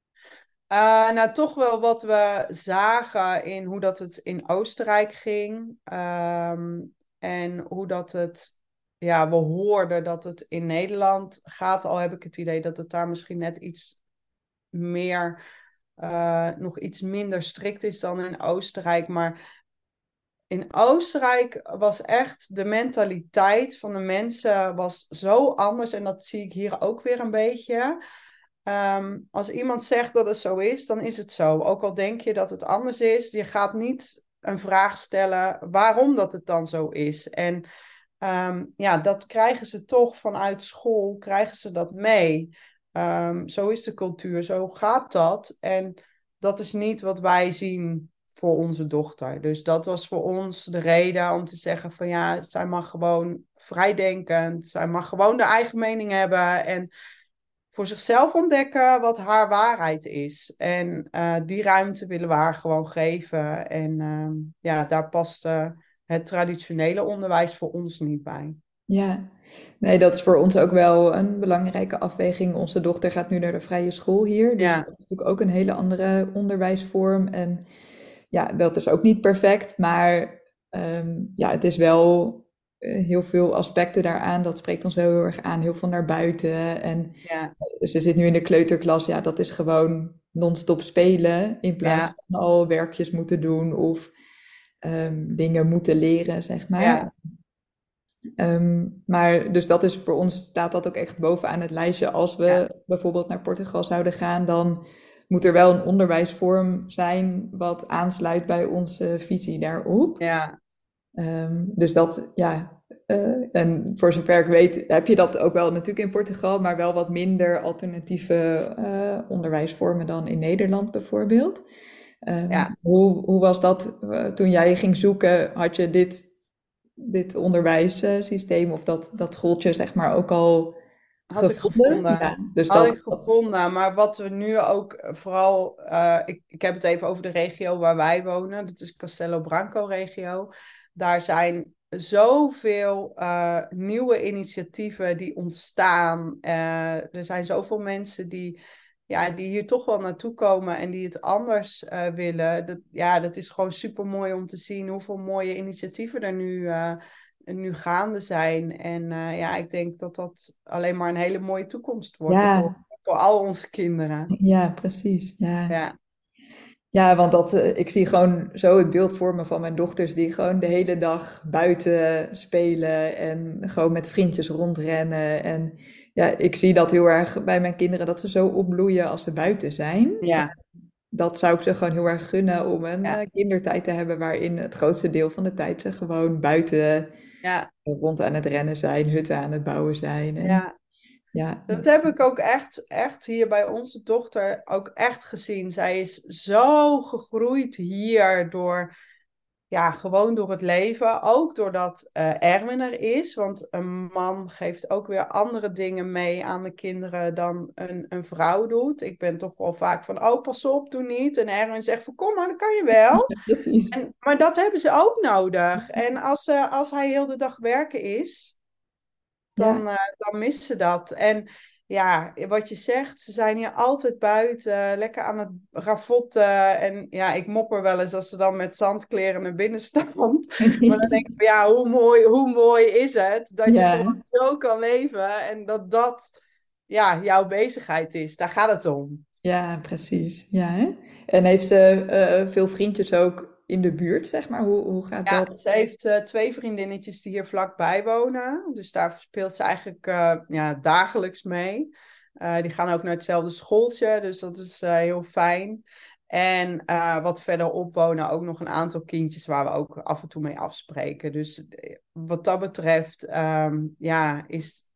Eh, nou, toch wel wat we zagen in hoe dat het in Oostenrijk ging. Ehm, en hoe dat het, ja, we hoorden dat het in Nederland gaat. Al heb ik het idee dat het daar misschien net iets meer, eh, nog iets minder strikt is dan in Oostenrijk. Maar in Oostenrijk was echt de mentaliteit van de mensen was zo anders. En dat zie ik hier ook weer een beetje. Ehm, als iemand zegt dat het zo is, dan is het zo. Ook al denk je dat het anders is, je gaat niet een vraag stellen waarom dat het dan zo is. En ehm, ja, dat krijgen ze toch vanuit school, krijgen ze dat mee. Ehm, zo is de cultuur, zo gaat dat. En dat is niet wat wij zien voor onze dochter. Dus dat was voor ons de reden om te zeggen van ja, zij mag gewoon vrijdenkend, zij mag gewoon de eigen mening hebben en voor zichzelf ontdekken wat haar waarheid is. En uh, die ruimte willen we haar gewoon geven. En uh, ja, daar past uh, het traditionele onderwijs voor ons niet bij. Ja, nee, dat is voor ons ook wel een belangrijke afweging. Onze dochter gaat nu naar de vrije school hier, dus Ja, dat is natuurlijk ook een hele andere onderwijsvorm. En ja, dat is ook niet perfect, maar ehm, ja, het is wel eh, heel veel aspecten daaraan. Dat spreekt ons wel heel erg aan, heel veel naar buiten. En ja, ze zit nu in de kleuterklas, ja, dat is gewoon non-stop spelen in plaats ja, van al werkjes moeten doen of ehm, dingen moeten leren, zeg maar. ja, Ehm, maar dus dat is voor ons, staat dat ook echt bovenaan het lijstje. Als ja, we bijvoorbeeld naar Portugal zouden gaan, dan moet er wel een onderwijsvorm zijn wat aansluit bij onze visie daarop. ja, Ehm, dus dat, ja, eh, en voor zover ik weet, heb je dat ook wel natuurlijk in Portugal, maar wel wat minder alternatieve eh, onderwijsvormen dan in Nederland bijvoorbeeld. Ehm, ja. hoe, hoe was dat eh, toen jij ging zoeken? Had je dit dit onderwijssysteem of dat, dat schooltje zeg maar ook al Had ik gevonden? gevonden. Ja, dus Had dat, ik dat gevonden. Maar wat we nu ook vooral. eh, ik, ik heb het even over de regio waar wij wonen. Dat is Castelo Branco regio. Daar zijn zoveel eh, nieuwe initiatieven die ontstaan. Eh, er zijn zoveel mensen die, ja, die hier toch wel naartoe komen en die het anders eh, willen. Dat, ja, dat is gewoon super mooi om te zien hoeveel mooie initiatieven er nu eh, nu gaande zijn. En uh, ja, ik denk dat dat alleen maar een hele mooie toekomst wordt voor, ja, voor al onze kinderen. ja, precies. Ja, Ja, ja want dat, eh, ik zie gewoon zo het beeld voor me van mijn dochters die gewoon de hele dag buiten spelen en gewoon met vriendjes rondrennen. En ja, ik zie dat heel erg bij mijn kinderen, dat ze zo opbloeien als ze buiten zijn. ja, Dat zou ik ze gewoon heel erg gunnen om een ja, eh, kindertijd te hebben waarin het grootste deel van de tijd ze gewoon buiten ja, rond aan het rennen zijn, hutten aan het bouwen zijn. En ja. ja, Dat heb ik ook echt, echt hier bij onze dochter ook echt gezien. Zij is zo gegroeid hier door ja, gewoon door het leven. Ook doordat uh, Erwin er is. Want een man geeft ook weer andere dingen mee aan de kinderen dan een, een vrouw doet. Ik ben toch wel vaak van, oh, pas op, doe niet. En Erwin zegt van, kom maar, dat kan je wel. precies. En, maar dat hebben ze ook nodig. En als, uh, als hij heel de dag werken is, Ja, dan, uh, dan missen ze dat. En ja, wat je zegt, ze zijn hier altijd buiten, lekker aan het ravotten. En ja, ik mopper wel eens als ze dan met zandkleren naar binnen staan. Maar dan denk ik, van, ja, hoe mooi, hoe mooi is het dat je ja, gewoon zo kan leven en dat dat ja, jouw bezigheid is. Daar gaat het om. ja, precies. Ja, hè? En heeft ze eh, veel vriendjes ook in de buurt, zeg maar? Hoe, hoe gaat Ja, dat? ze heeft uh, twee vriendinnetjes die hier vlakbij wonen. Dus daar speelt ze eigenlijk uh, ja, dagelijks mee. Uh, die gaan ook naar hetzelfde schooltje, dus dat is uh, heel fijn. En uh, wat verderop wonen ook nog een aantal kindjes waar we ook af en toe mee afspreken. Dus wat dat betreft, um, ja, is,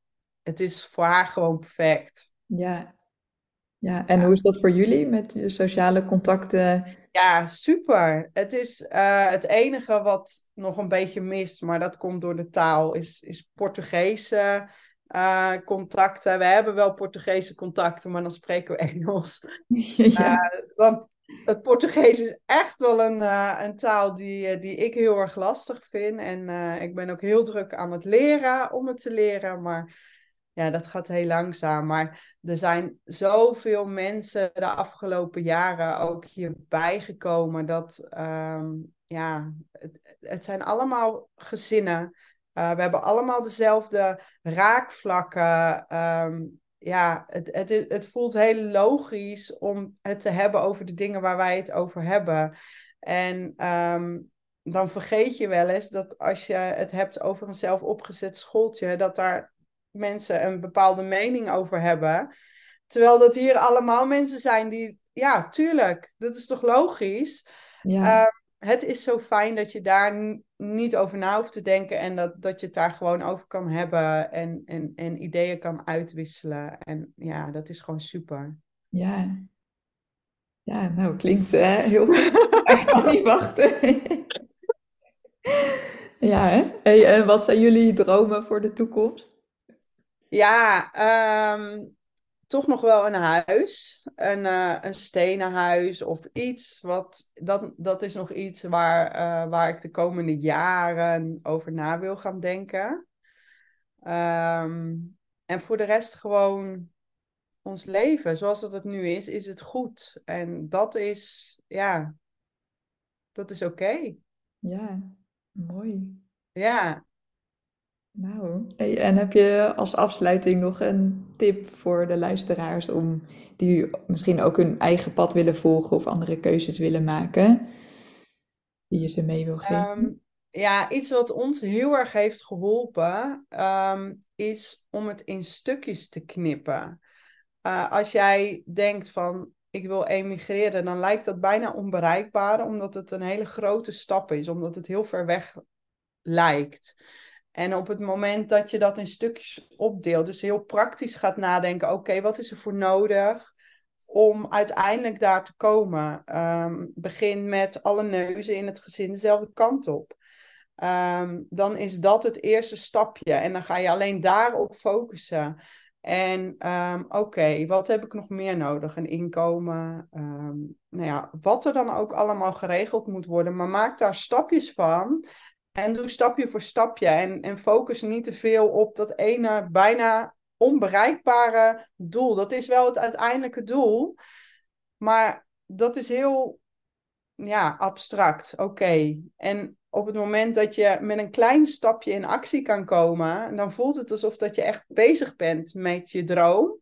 het is voor haar gewoon perfect. Ja, ja. En hoe Ja. is dat voor jullie met je sociale contacten? Ja, super. Het is eh, het enige wat nog een beetje mist, maar dat komt door de taal, is, is Portugese eh, contacten. We hebben wel Portugese contacten, maar dan spreken we Engels. Uh, Ja, want het Portugees is echt wel een, uh, een taal die, uh, die ik heel erg lastig vind. En uh, ik ben ook heel druk aan het leren om het te leren. Maar ja, dat gaat heel langzaam. Maar er zijn zoveel mensen de afgelopen jaren ook hierbij gekomen. Dat um, ja, het, het zijn allemaal gezinnen. Uh, we hebben allemaal dezelfde raakvlakken. Um, ja, het, het, het voelt heel logisch om het te hebben over de dingen waar wij het over hebben. En um, dan vergeet je wel eens dat als je het hebt over een zelf opgezet schooltje, dat daar mensen een bepaalde mening over hebben. Terwijl dat hier allemaal mensen zijn die, ja, tuurlijk, dat is toch logisch. ja, Uh, het is zo fijn dat je daar n- niet over na hoeft te denken en dat, dat je het daar gewoon over kan hebben en, en, en ideeën kan uitwisselen. En ja, dat is gewoon super. ja. Ja, nou, klinkt eh, heel goed. Ik kan niet wachten. Ja, hè? Hey, en wat zijn jullie dromen voor de toekomst? Ja, ehm, toch nog wel een huis. Een, eh, een stenen huis of iets. Wat, dat, dat is nog iets waar, eh, waar ik de komende jaren over na wil gaan denken. Ehm, en voor de rest gewoon ons leven. Zoals dat het nu is, is het goed. En dat is, ja, dat is oké. Ja, mooi. Ja. Nou, hey, en heb je als afsluiting nog een tip voor de luisteraars om die misschien ook hun eigen pad willen volgen of andere keuzes willen maken, die je ze mee wil Ehm, geven? ja, iets wat ons heel erg heeft geholpen, ehm, is om het in stukjes te knippen. Uh, als jij denkt van ik wil emigreren, dan lijkt dat bijna onbereikbaar, omdat het een hele grote stap is, omdat het heel ver weg lijkt. En op het moment dat je dat in stukjes opdeelt, dus heel praktisch gaat nadenken, oké, okay, wat is er voor nodig om uiteindelijk daar te komen? Um, begin met alle neuzen in het gezin dezelfde kant op. Um, dan is dat het eerste stapje en dan ga je alleen daarop focussen. En um, oké, okay, wat heb ik nog meer nodig? Een inkomen. Um, nou ja, wat er dan ook allemaal geregeld moet worden. Maar maak daar stapjes van. En doe stapje voor stapje. En, en focus niet te veel op dat ene bijna onbereikbare doel. Dat is wel het uiteindelijke doel. Maar dat is heel ja, abstract. Oké. Okay. En op het moment dat je met een klein stapje in actie kan komen, dan voelt het alsof dat je echt bezig bent met je droom.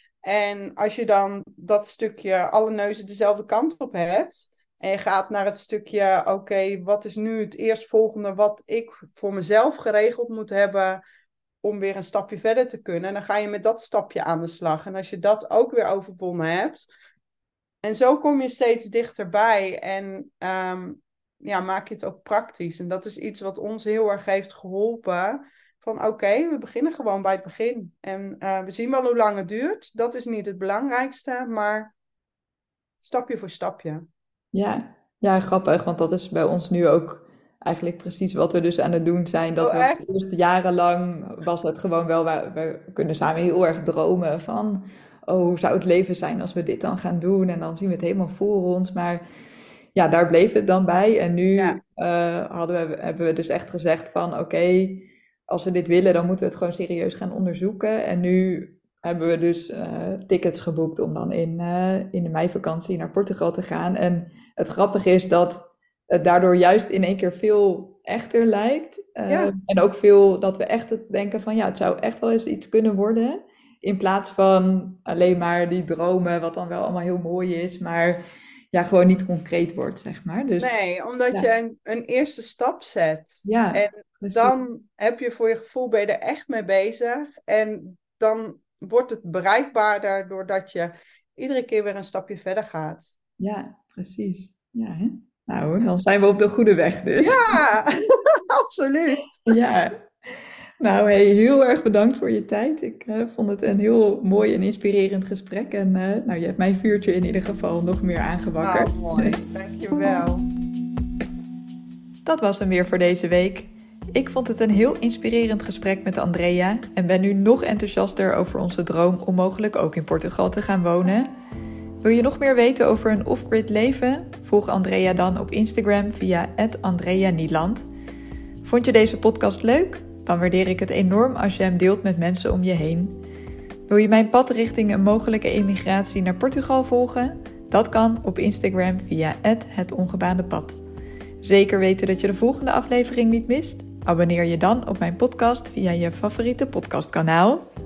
En als je dan dat stukje alle neuzen dezelfde kant op hebt, en je gaat naar het stukje, oké, okay, wat is nu het eerstvolgende wat ik voor mezelf geregeld moet hebben om weer een stapje verder te kunnen, dan ga je met dat stapje aan de slag. En als je dat ook weer overwonnen hebt, en zo kom je steeds dichterbij en um, ja, maak je het ook praktisch. En dat is iets wat ons heel erg heeft geholpen. Van oké, okay, we beginnen gewoon bij het begin. En uh, we zien wel hoe lang het duurt. Dat is niet het belangrijkste, maar stapje voor stapje. Ja, ja, grappig, want dat is bij ons nu ook eigenlijk precies wat we dus aan het doen zijn. Dat Oh, we echt? eerst jarenlang was het gewoon wel, we, we kunnen samen heel erg dromen van, oh, hoe zou het leven zijn als we dit dan gaan doen? En dan zien we het helemaal voor ons. Maar ja, daar bleef het dan bij. En nu Ja, uh, hadden we, hebben we dus echt gezegd van, oké, okay, als we dit willen, dan moeten we het gewoon serieus gaan onderzoeken. En nu hebben we dus uh, tickets geboekt om dan in, uh, in de meivakantie naar Portugal te gaan. En het grappige is dat het daardoor juist in één keer veel echter lijkt. Uh, ja, en ook veel dat we echt denken van ja, het zou echt wel eens iets kunnen worden. In plaats van alleen maar die dromen, wat dan wel allemaal heel mooi is, maar ja, gewoon niet concreet wordt, zeg maar. Dus nee, omdat je ja, een, een eerste stap zet. ja, En precies. dan heb je voor je gevoel, ben je er echt mee bezig. En dan wordt het bereikbaarder doordat je iedere keer weer een stapje verder gaat. Ja, precies. Ja, hè? Nou, Ja, dan zijn we op de goede weg dus. ja absoluut. Ja. Nou, hey, heel erg bedankt voor je tijd. Ik uh, vond het een heel mooi en inspirerend gesprek. En uh, nou, je hebt mijn vuurtje in ieder geval nog meer aangewakkerd. Nou, mooi. Dankjewel. Dat was hem weer voor deze week. Ik vond het een heel inspirerend gesprek met Andrea en ben nu nog enthousiaster over onze droom om mogelijk ook in Portugal te gaan wonen. Wil je nog meer weten over een off-grid leven? Volg Andrea dan op Instagram via at andrea nieland. Vond je deze podcast leuk? Dan waardeer ik het enorm als je hem deelt met mensen om je heen. Wil je mijn pad richting een mogelijke emigratie naar Portugal volgen? Dat kan op Instagram via at het ongebaande pad. Zeker weten dat je de volgende aflevering niet mist? Abonneer je dan op mijn podcast via je favoriete podcastkanaal.